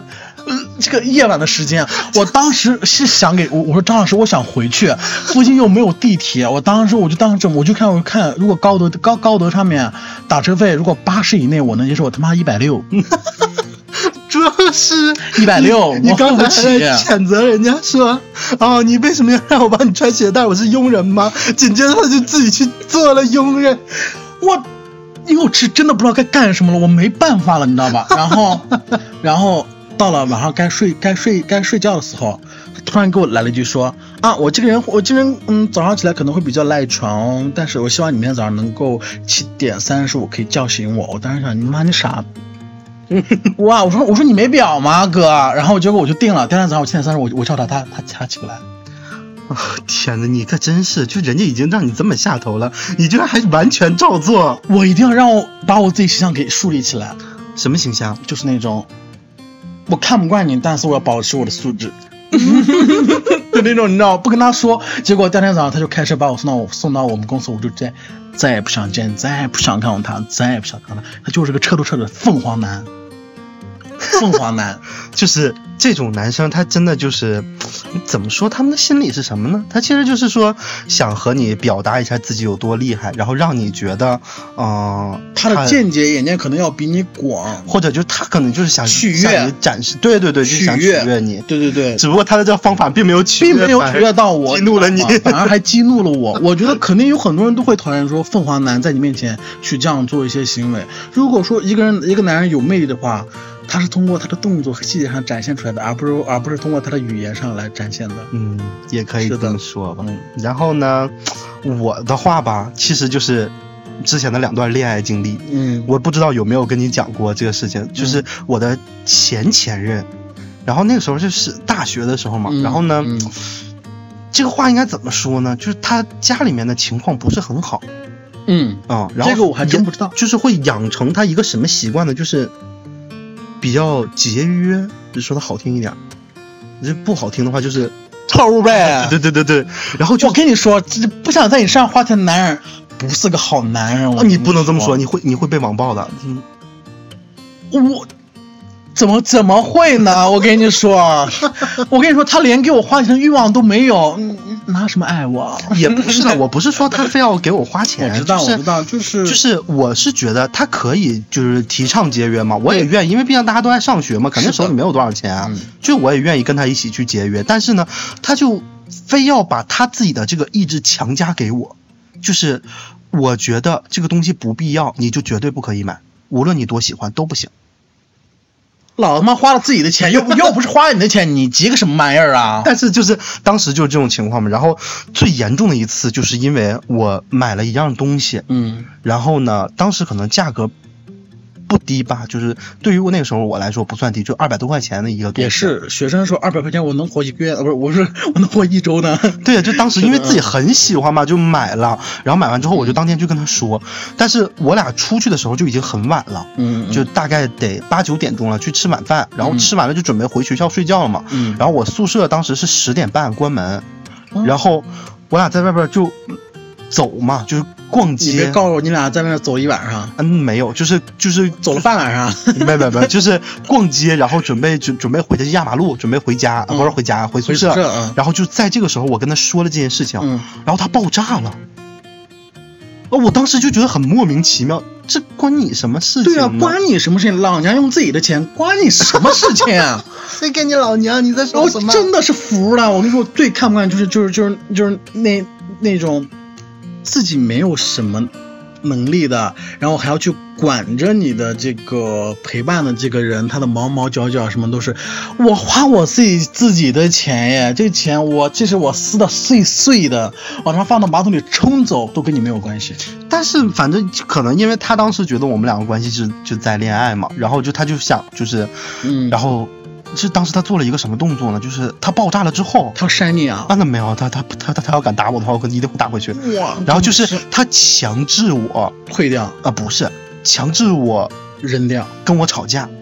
这个夜晚的时间，我当时是想给我说张老师，我想回去，附近又没有地铁，我就看，如果高德上面打车费，如果80以内我能接受，我他妈160。 主要是 160， 你刚才还谴责人家说，哦，你为什么要让我帮你穿鞋带？我是佣人吗？紧接着他就自己去做了佣人。 因为我是真的不知道该干什么了，我没办法了，你知道吧？然后到了晚上该睡觉的时候，他突然给我来了一句说啊，我这个人早上起来可能会比较赖床，但是我希望你明天早上能够7点35可以叫醒我。我当时想，你妈你傻。哇！我说你没表吗，哥？然后结果我就定了，第二天早上我7点30我叫他起不来。 哦，天哪，你可真是，就人家已经让你这么下头了，你居然还完全照做。 我一定要把我自己形象给树立起来。 什么形象？ 就是那种我看不惯你，但是我要保持我的素质。就那种你知道，不跟他说，结果第二天早上他就开车把我送到我们公司，我就再也不想见，再也不想看到他，再也不想看到他。他就是个彻头彻尾的凤凰男。凤凰男就是这种男生，他真的就是怎么说，他们的心理是什么呢？他其实就是说想和你表达一下自己有多厉害，然后让你觉得他的见解眼界可能要比你广， 或者就是他可能就是想取悦， 向你展示，对，就想取悦你， 对， 只不过他的这个方法并没有取悦到我，激怒了你， 反而还激怒了我。我觉得肯定有很多人都会讨厌说凤凰男在你面前去这样做一些行为。如果说一个男人有魅力的话，他是通过他的动作和细节上展现出来的，而不是通过他的语言上来展现的。 也可以这么说吧。然后呢，我的话吧，其实就是之前的2段恋爱经历。我不知道有没有跟你讲过这个事情，就是我的前任，然后那个时候就是大学的时候嘛，然后呢，这个话应该怎么说呢？就是他家里面的情况不是很好。然后这个我还真不知道， 就是会养成他一个什么习惯呢？就是比较节约，就说的好听一点，这不好听的话就是偷呗。 对。然后我跟你说，不想在你身上花钱的男人不是个好男人。 你不能这么说，你会被网暴的。 我怎么会呢？我跟你说，他连给我花钱的欲望都没有，拿什么爱我？ 也不是的，我不是说他非要给我花钱， 我知道， 就是我是觉得他可以就是提倡节约嘛，我也愿意，因为毕竟大家都在上学嘛，肯定手里没有多少钱啊，就我也愿意跟他一起去节约，但是呢，他就非要把他自己的这个意志强加给我，就是我觉得这个东西不必要，你就绝对不可以买，无论你多喜欢都不行。 老他妈花了自己的钱，又不是花你的钱，你急个什么玩意儿啊？ 但是就是当时就是这种情况嘛。然后最严重的一次，就是因为我买了一样东西，然后呢，当时可能价格不低吧，就是对于我那个时候我来说不算低，就200多块钱的一个东西。 也是学生说200块钱我能活1个月，不是我能活1周呢。 对，就当时因为自己很喜欢嘛，就买了。然后买完之后，我就当天就跟他说，但是我俩出去的时候就已经很晚了，就大概得8、9点钟了，去吃晚饭，然后吃完了就准备回学校睡觉了嘛。然后我宿舍当时是10点半关门，然后我俩在外边就走嘛，就是逛街。 你别告诉我你俩在那走一晚上。 没有，就是走了半晚上。 没，就是逛街，然后准备回家压马路，准备回家，不是回家，回宿舍。然后就在这个时候，我跟他说了这件事情，然后他爆炸了。我当时就觉得很莫名其妙，这关你什么事情？ 对啊，关你什么事情？老娘用自己的钱，关你什么事情啊？ 谁给你老娘？你在说什么？ 我真的是服了。我跟你说，我最看不惯就是那种自己没有什么能力的，然后还要去管着你的这个陪伴的这个人，他的毛毛角角什么都是我花我自己的钱耶，这个钱这是我撕的碎碎的，往上放到马桶里冲走都跟你没有关系。 但是反正可能因为他当时觉得我们两个关系就在恋爱嘛，然后他就想就是然后是当时他做了一个什么动作呢？就是他爆炸了之后， 他要扇你啊？ 那没有，他要敢打我的话，我一定会打回去。哇！然后就是他强制我退掉啊，不是强制我扔掉， 跟我吵架。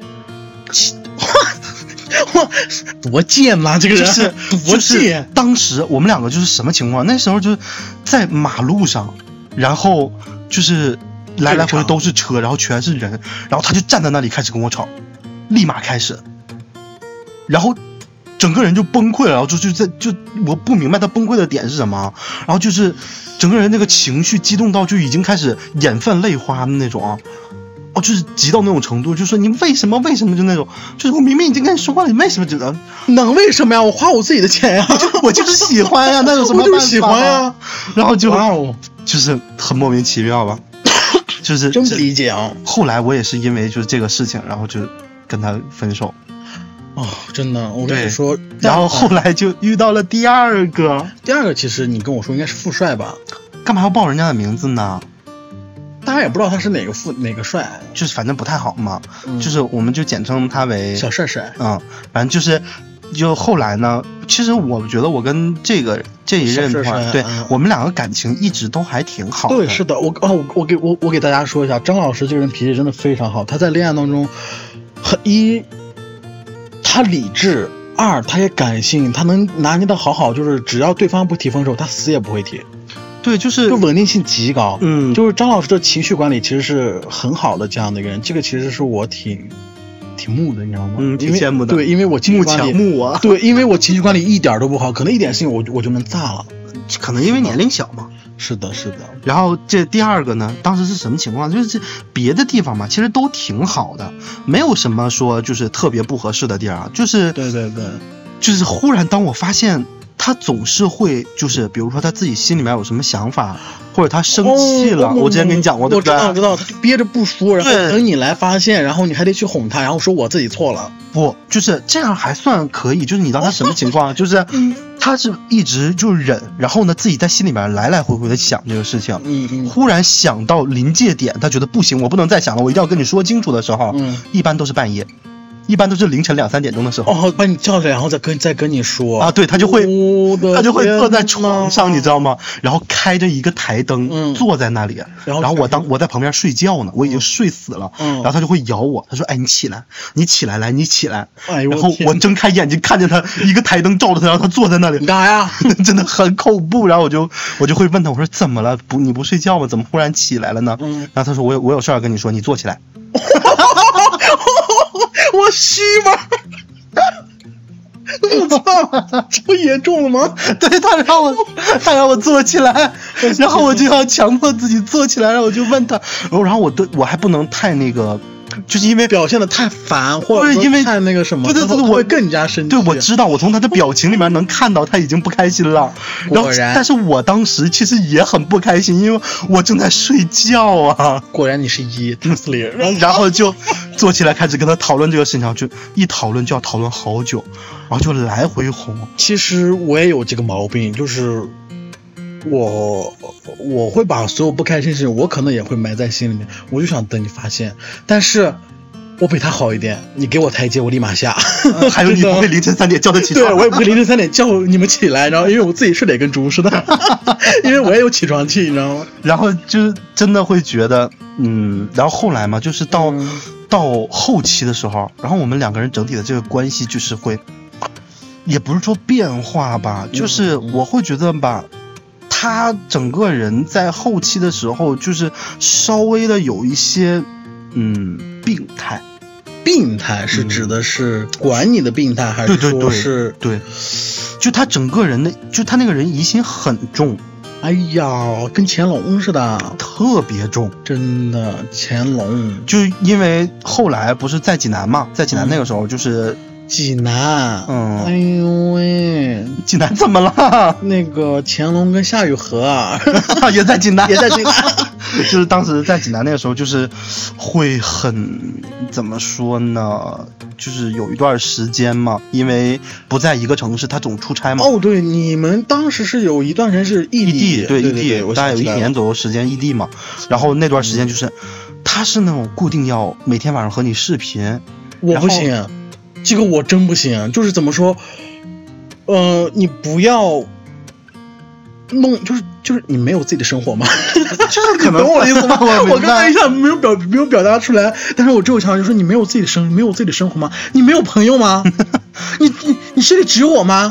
哇，多贱呐！这个人就是多贱。 当时我们两个就是什么情况？那时候就是在马路上，然后就是来来回回都是车，然后全是人，然后他就站在那里开始跟我吵，立马开始。 然后整个人就崩溃了，然后就我不明白他崩溃的点是什么，然后就是整个人那个情绪激动到就已经开始眼泛泪花的那种。就是急到那种程度，就说你为什么就那种，就是我明明已经跟你说了，你为什么觉得能为什么呀？我花我自己的钱呀， 我就是喜欢呀，那有什么办法？ 我就是喜欢呀， 然后就是很莫名其妙吧，就是真不理解啊。 后来我也是因为就是这个事情，然后就跟他分手。 真的，我跟你说， 然后后来就遇到了第二个， 其实你跟我说应该是富帅吧？ 干嘛要报人家的名字呢？ 大家也不知道他是哪个帅， 就是反正不太好嘛，就是我们就简称他为小帅帅。 反正就后来呢，其实我觉得我跟这一任的话，对我们两个感情一直都还挺好的。 对，是的，我给大家说一下，张老师这个人脾气真的非常好，他在恋爱当中，他理智，二他也感性，他能拿捏的好，就是只要对方不提分手，他死也不会提。 对，就稳定性极高。就是张老师的情绪管理其实是很好的这样的一个人，这个其实是我挺慕的，你知道吗？ 挺羡慕的。 对，因为我情绪管理慕啊。 对，因为我情绪管理一点都不好，可能一点事情我就能炸了。 可能因为年龄小嘛。 是的。 然后这第二个呢，当时是什么情况？就是别的地方嘛，其实都挺好的，没有什么说就是特别不合适的地儿啊。就是对， 就是忽然当我发现。他总是会就是比如说他自己心里面有什么想法，或者他生气了，我之前跟你讲过，对不对？ 我知道，他憋着不说，然后等你来发现，然后你还得去哄他，然后说我自己错了。 不，就是这样还算可以，就是你知道他什么情况？就是他是一直就忍，然后呢自己在心里面来来回回的想这个事情，忽然想到临界点，他觉得不行，我不能再想了，我一定要跟你说清楚的时候，一般都是半夜。一般都是凌晨2、3点钟的时候， 把你叫起来，然后再跟你说啊，对，他就会坐在床上，你知道吗？然后开着一个台灯，坐在那里，然后我在旁边睡觉呢，我已经睡死了，然后他就会摇我，他说：“哎，你起来，来，你起来。”然后我睁开眼睛看见他一个台灯照着他，然后他坐在那里， 你干啥呀？ 真的很恐怖。然后我就会问他，我说：“怎么了？你不睡觉吗？怎么忽然起来了呢？”然后他说：“我有事儿跟你说，你坐起来。” 我虚吗？我操，这么严重了吗？ 对，他让我坐起来，然后我就要强迫自己坐起来，然后我就问他，然后我还不能太那个。就是因为表现的太烦，或者因为太那个什么， 对， 我会更加生气。 对，我知道，我从他的表情里面能看到他已经不开心了。然后，但是我当时其实也很不开心，因为我正在睡觉啊。 果然你是他是零。 然后就坐起来开始跟他讨论这个事情，就一讨论就要讨论好久，然后就来回哄。 其实我也有这个毛病，就是我会把所有不开心的事情，我可能也会埋在心里面，我就想等你发现。但是我比他好一点，你给我台阶，我立马下。 还有你不会凌晨3点叫他起床。 对，我也不会凌晨3点叫你们起来，然后因为我自己睡得跟猪似的，因为我也有起床气，你知道吗？ 然后就真的会觉得，然后后来嘛，就是到后期的时候，然后我们两个人整体的这个关系就是会，也不是说变化吧，就是我会觉得吧。他整个人在后期的时候，就是稍微的有一些，病态。 病态是指的是管你的病态，还是说是对？就他整个人的，就他那个人疑心很重。 哎呀，跟乾隆似的， 特别重， 真的。乾隆就因为后来不是在济南嘛，在济南那个时候就是。 济南，哎呦喂， 济南怎么了？ 那个乾隆跟夏雨荷也在济南， 也在济南。 就是当时在济南那个时候，就是会很怎么说呢？就是有一段时间嘛，因为不在一个城市，他总出差嘛。 哦，对，你们当时是有一段时间是异地， 对，异地，大概有1年左右时间异地嘛。然后那段时间就是，他是那种固定要每天晚上和你视频， 我不行。这个我真不行，就是怎么说，你不要弄，就是你没有自己的生活吗？ 就是可能懂我的意思吗？我刚才一下没有表达出来，但是我只有想就是你没有自己的生活吗？你没有朋友吗？你心里只有我吗？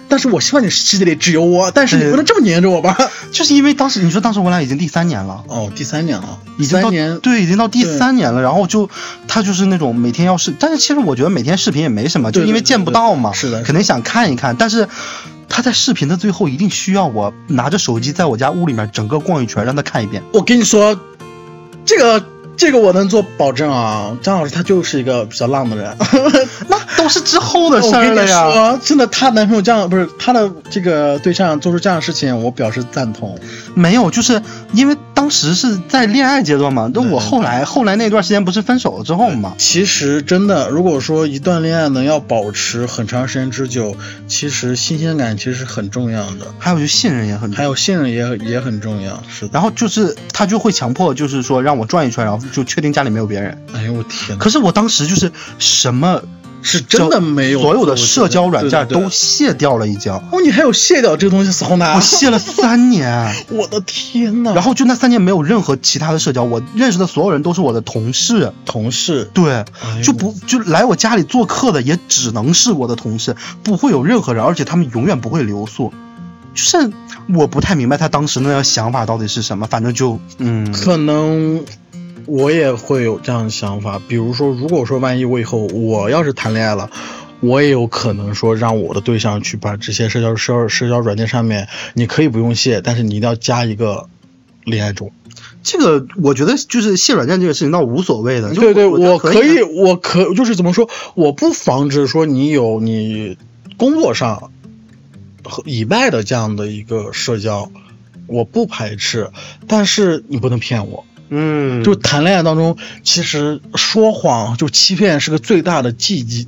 但是我希望你世界里只有我，但是你不能这么黏着我吧？ 就是因为当时你说当时我俩已经第3年了， 第3年了， 已经到对，已经到第3年了，然后他就是那种每天要视，但是其实我觉得每天视频也没什么，就因为见不到嘛， 是的， 肯定想看一看，但是他在视频的最后一定需要我拿着手机在我家屋里面整个逛一圈，让他看一遍。 我跟你说，这个我能做保证啊，张老师他就是一个比较浪的人， 那都是之后的事儿了呀。 我跟你说，真的，她男朋友这样不是她的这个对象做出这样的事情，我表示赞同。 没有，就是因为当时是在恋爱阶段嘛，那我后来那段时间不是分手了之后嘛。 其实真的，如果说一段恋爱能要保持很长时间之久，其实新鲜感其实是很重要的， 还有就信任也很重要， 还有信任也很重要。是的。 然后就是他就会强迫，就是说让我转一圈，然后就确定家里没有别人。 哎呦我天！ 可是我当时就是什么是真的没有， 所有的社交软件都卸掉了已经。 哦，你还有卸掉这个东西，骚男？ 我卸了3年。 我的天哪！ 然后就那3年没有任何其他的社交，我认识的所有人都是我的同事。对，就来我家里做客的也只能是我的同事，不会有任何人，而且他们永远不会留宿。就是我不太明白他当时那个想法到底是什么，反正就可能我也会有这样的想法。比如说，如果说万一我以后我要是谈恋爱了，我也有可能说让我的对象去把这些社交软件上面，你可以不用卸，但是你一定要加一个恋爱中。 这个我觉得就是卸软件这个事情倒无所谓的。 对，我可就是怎么说，我不防止说你有你工作上以外的这样的一个社交，我不排斥，但是你不能骗我。就谈恋爱当中，其实说谎就欺骗是个最大的禁忌，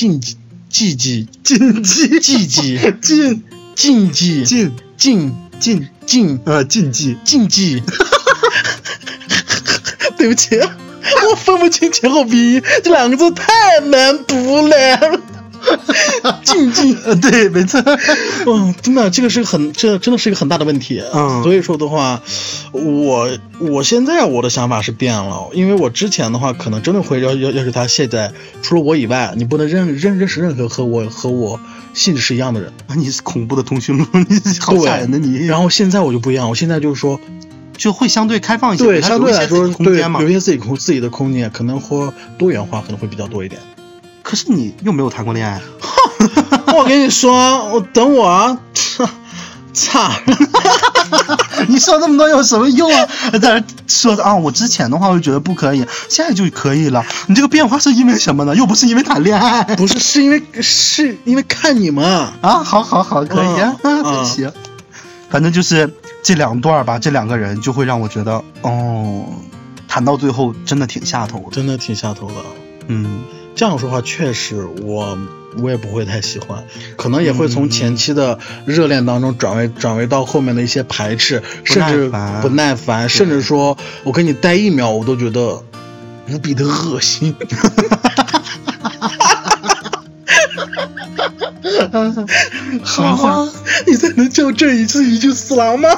对不起，我分不清前后鼻音，这2个字太难读了。禁忌， 对，没错。 真的，这真的是一个很大的问题。所以说的话，我现在我的想法是变了，因为我之前的话可能真的会要求他卸载除了我以外，你不能认识任何和我性质是一样的人。 你是恐怖的通讯录，你好吓人的你。 然后现在我就不一样，我现在就是说， 就会相对开放一些， 对，相对来说， 对， 有一些自己的空间，可能或多元化可能会比较多一点。 可是你又没有谈过恋爱。 我跟你说，我等我啊，操！ 你说这么多有什么用啊？在那说啊，我之前的话我就觉得不可以，现在就可以了。你这个变化是因为什么呢？又不是因为谈恋爱， 不是，是因为看你们啊。好，可以啊，行。反正就是这2段吧，这2个人就会让我觉得，谈到最后真的挺下头的， 真的挺下头的。这样说话确实我也不会太喜欢，可能也会从前期的热恋当中转为到后面的一些排斥，甚至不耐烦，甚至说我跟你待1秒我都觉得无比的恶心。好，你才能叫这一句死狼吗？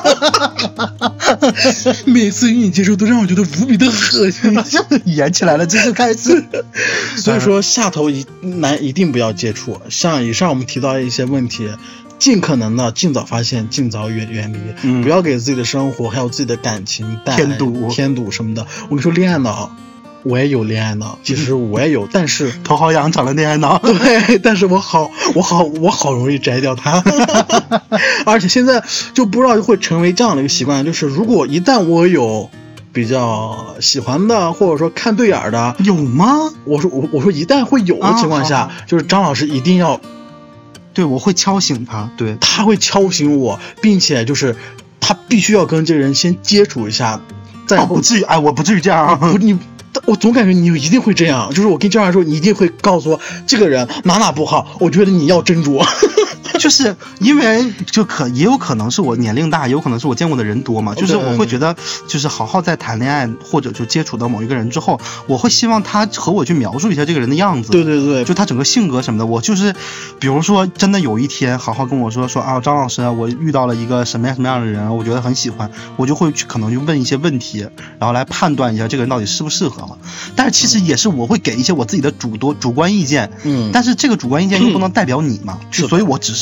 每次与你接触都让我觉得无比的恶心。 演起来了，这就开始。 所以说下头一定不要接触，像以上我们提到的一些问题，尽可能的尽早发现，尽早远离，不要给自己的生活还有自己的感情带来添堵什么的。我跟你说，恋爱脑。我也有恋爱脑，其实我也有，但是头好痒，长了恋爱脑。 对，但是我好容易摘掉它，而且现在就不知道会成为这样的一个习惯，就是如果一旦我有比较喜欢的，或者说看对眼的， 有吗？ 我说一旦会有的情况下，就是张老师一定要， 对，我会敲醒他，对， 他会敲醒我，并且就是他必须要跟这个人先接触一下，再不至于，我不至于这样， 我总感觉你一定会这样，就是我跟这样说，你一定会告诉我这个人哪不好，我觉得你要斟酌。 就是因为也有可能是我年龄大，也有可能是我见过的人多嘛，就是我会觉得就是好好在谈恋爱或者就接触到某一个人之后，我会希望他和我去描述一下这个人的样子， 对， 就他整个性格什么的。我就是比如说真的有一天好好跟我说啊，张老师，我遇到了一个什么样的人，我觉得很喜欢，我就会可能去问一些问题，然后来判断一下这个人到底适不适合嘛。但是其实也是我会给一些我自己的主观意见，但是这个主观意见又不能代表你嘛，所以我只是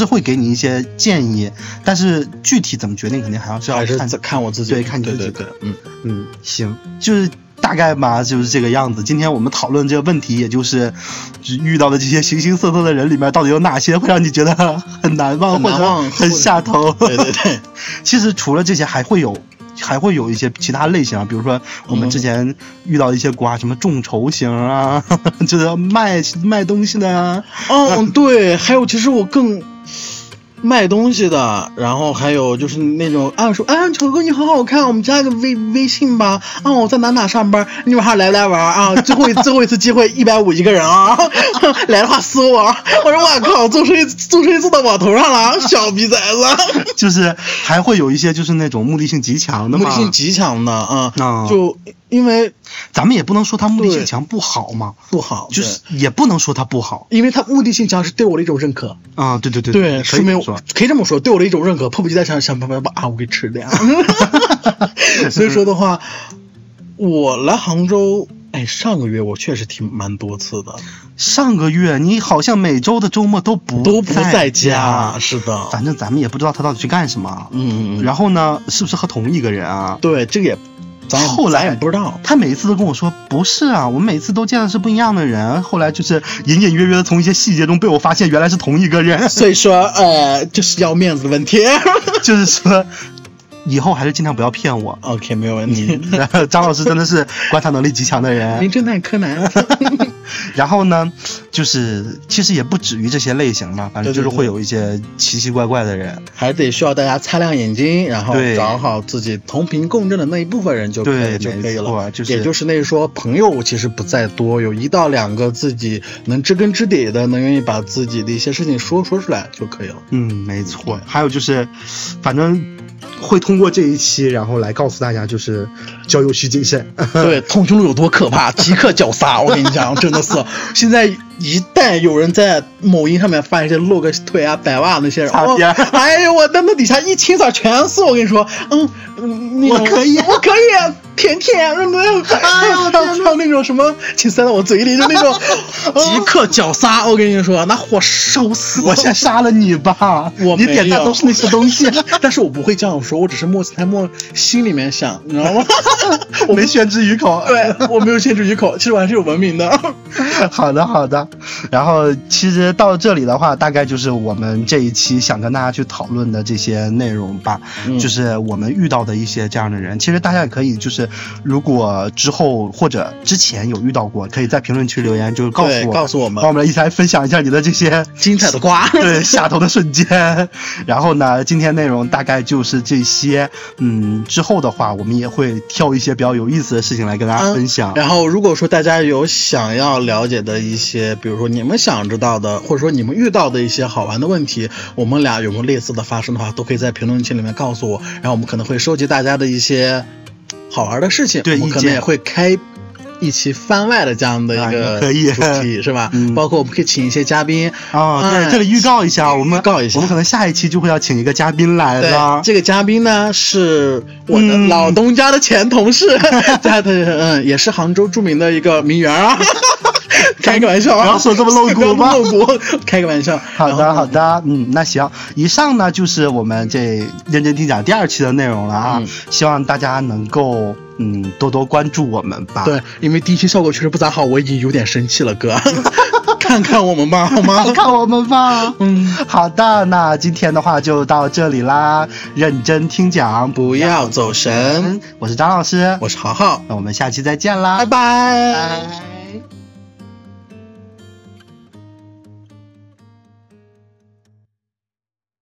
是会给你一些建议，但是具体怎么决定肯定还是要看我自己， 对，看你自己的。 对， 行，就是大概吧，就是这个样子。今天我们讨论这个问题，也就是遇到的这些形形色色的人里面，到底有哪些会让你觉得很难忘，或者很下头？ 对对对， 其实除了这些，还会有一些其他类型啊，比如说我们之前遇到一些瓜，什么众筹型啊，就是卖东西的啊。 对，还有其实我更卖东西的，然后还有就是那种说丑哥你好好看，我们加个微信吧，我在哪上班，你晚上来玩啊，最后一次机会150一个人啊，来的话私我。我说我靠，做生意做到我头上了，小逼崽子。 就是还会有一些就是那种目的性极强的嘛， 就因为咱们也不能说他目的性强不好嘛， 不好， 就是也不能说他不好， 因为他目的性强是对我的一种认可啊，对， 说明可以这么说，对我的一种认可，迫不及待想办法把我给吃掉。所以说的话，我来杭州，上个月我确实蛮多次的。 上个月你好像每周的周末都不在家， 是的。 反正咱们也不知道他到底去干什么。然后呢，是不是和同一个人啊？ 对，这个也。 后来也不知道， 他每一次都跟我说不是啊，我们每次都见的是不一样的人。后来就是隐隐约约的从一些细节中被我发现原来是同一个人。 所以说就是要面子的问题。 就是说以后还是尽量不要骗我。 OK， 没有问题。 张老师真的是观察能力极强的人， 名侦探柯南。 然后呢，就是其实也不止于这些类型嘛，反正就是会有一些奇奇怪怪的人， 还得需要大家擦亮眼睛，然后找好自己同频共振的那一部分人就可以了。也就是那说朋友其实不在多，有1到2个自己能知根知底的，能愿意把自己的一些事情说出来就可以了。 没错。还有就是反正会通过这一期然后来告诉大家，就是交友需谨慎。 对，通讯录有多可怕，即刻绞杀。我跟你讲，真的是现在一旦有人在某音上面发一些露个腿啊、摆袜那些人，哎呦，我在那底下一清扫全是。我跟你说， 我可以， 甜甜什么的，还有那种什么，请塞到我嘴里，就那种即刻绞杀。我跟你说，那火烧死我先杀了你吧。你点的都是那些东西。 但是我不会这样说，我只是心里面想，你知道吗？ 我没宣之于口。 对，我没有宣之于口，其实我还是有文明的。 好的。然后其实到这里的话，大概就是我们这一期想跟大家去讨论的这些内容吧。就是我们遇到的一些这样的人，其实大家也可以就是如果之后或者之前有遇到过，可以在评论区留言，就是告诉我们，帮我们一起来分享一下你的这些精彩的瓜， 对，下头的瞬间。然后呢，今天内容大概就是这些。之后的话，我们也会挑一些比较有意思的事情来跟大家分享。 然后如果说大家有想要了解的一些，比如说你们想知道的，或者说你们遇到的一些好玩的问题，我们俩有没有类似的发生的话，都可以在评论区里面告诉我，然后我们可能会收集大家的一些好玩的事情， 对， 我们可能也会开一期番外的这样的一个主题，是吧？包括我们可以请一些嘉宾对，这里预告一下，我们可能下一期就会要请一个嘉宾来了。 这个嘉宾呢是我的老东家的前同事，也是杭州著名的一个名媛啊。开个玩笑， 不要说这么露骨吧， 开个玩笑。 好的，那行，以上呢就是我们这认真听讲第2期的内容了啊，希望大家能够多多关注我们吧。 对，因为第1期效果确实不咋好，我已经有点生气了，哥。看看我们吧，好吗？ 看我们吧。好的，那今天的话就到这里啦。认真听讲， 不要走神。 我是张老师， 我是豪豪， 那我们下期再见啦， 拜拜。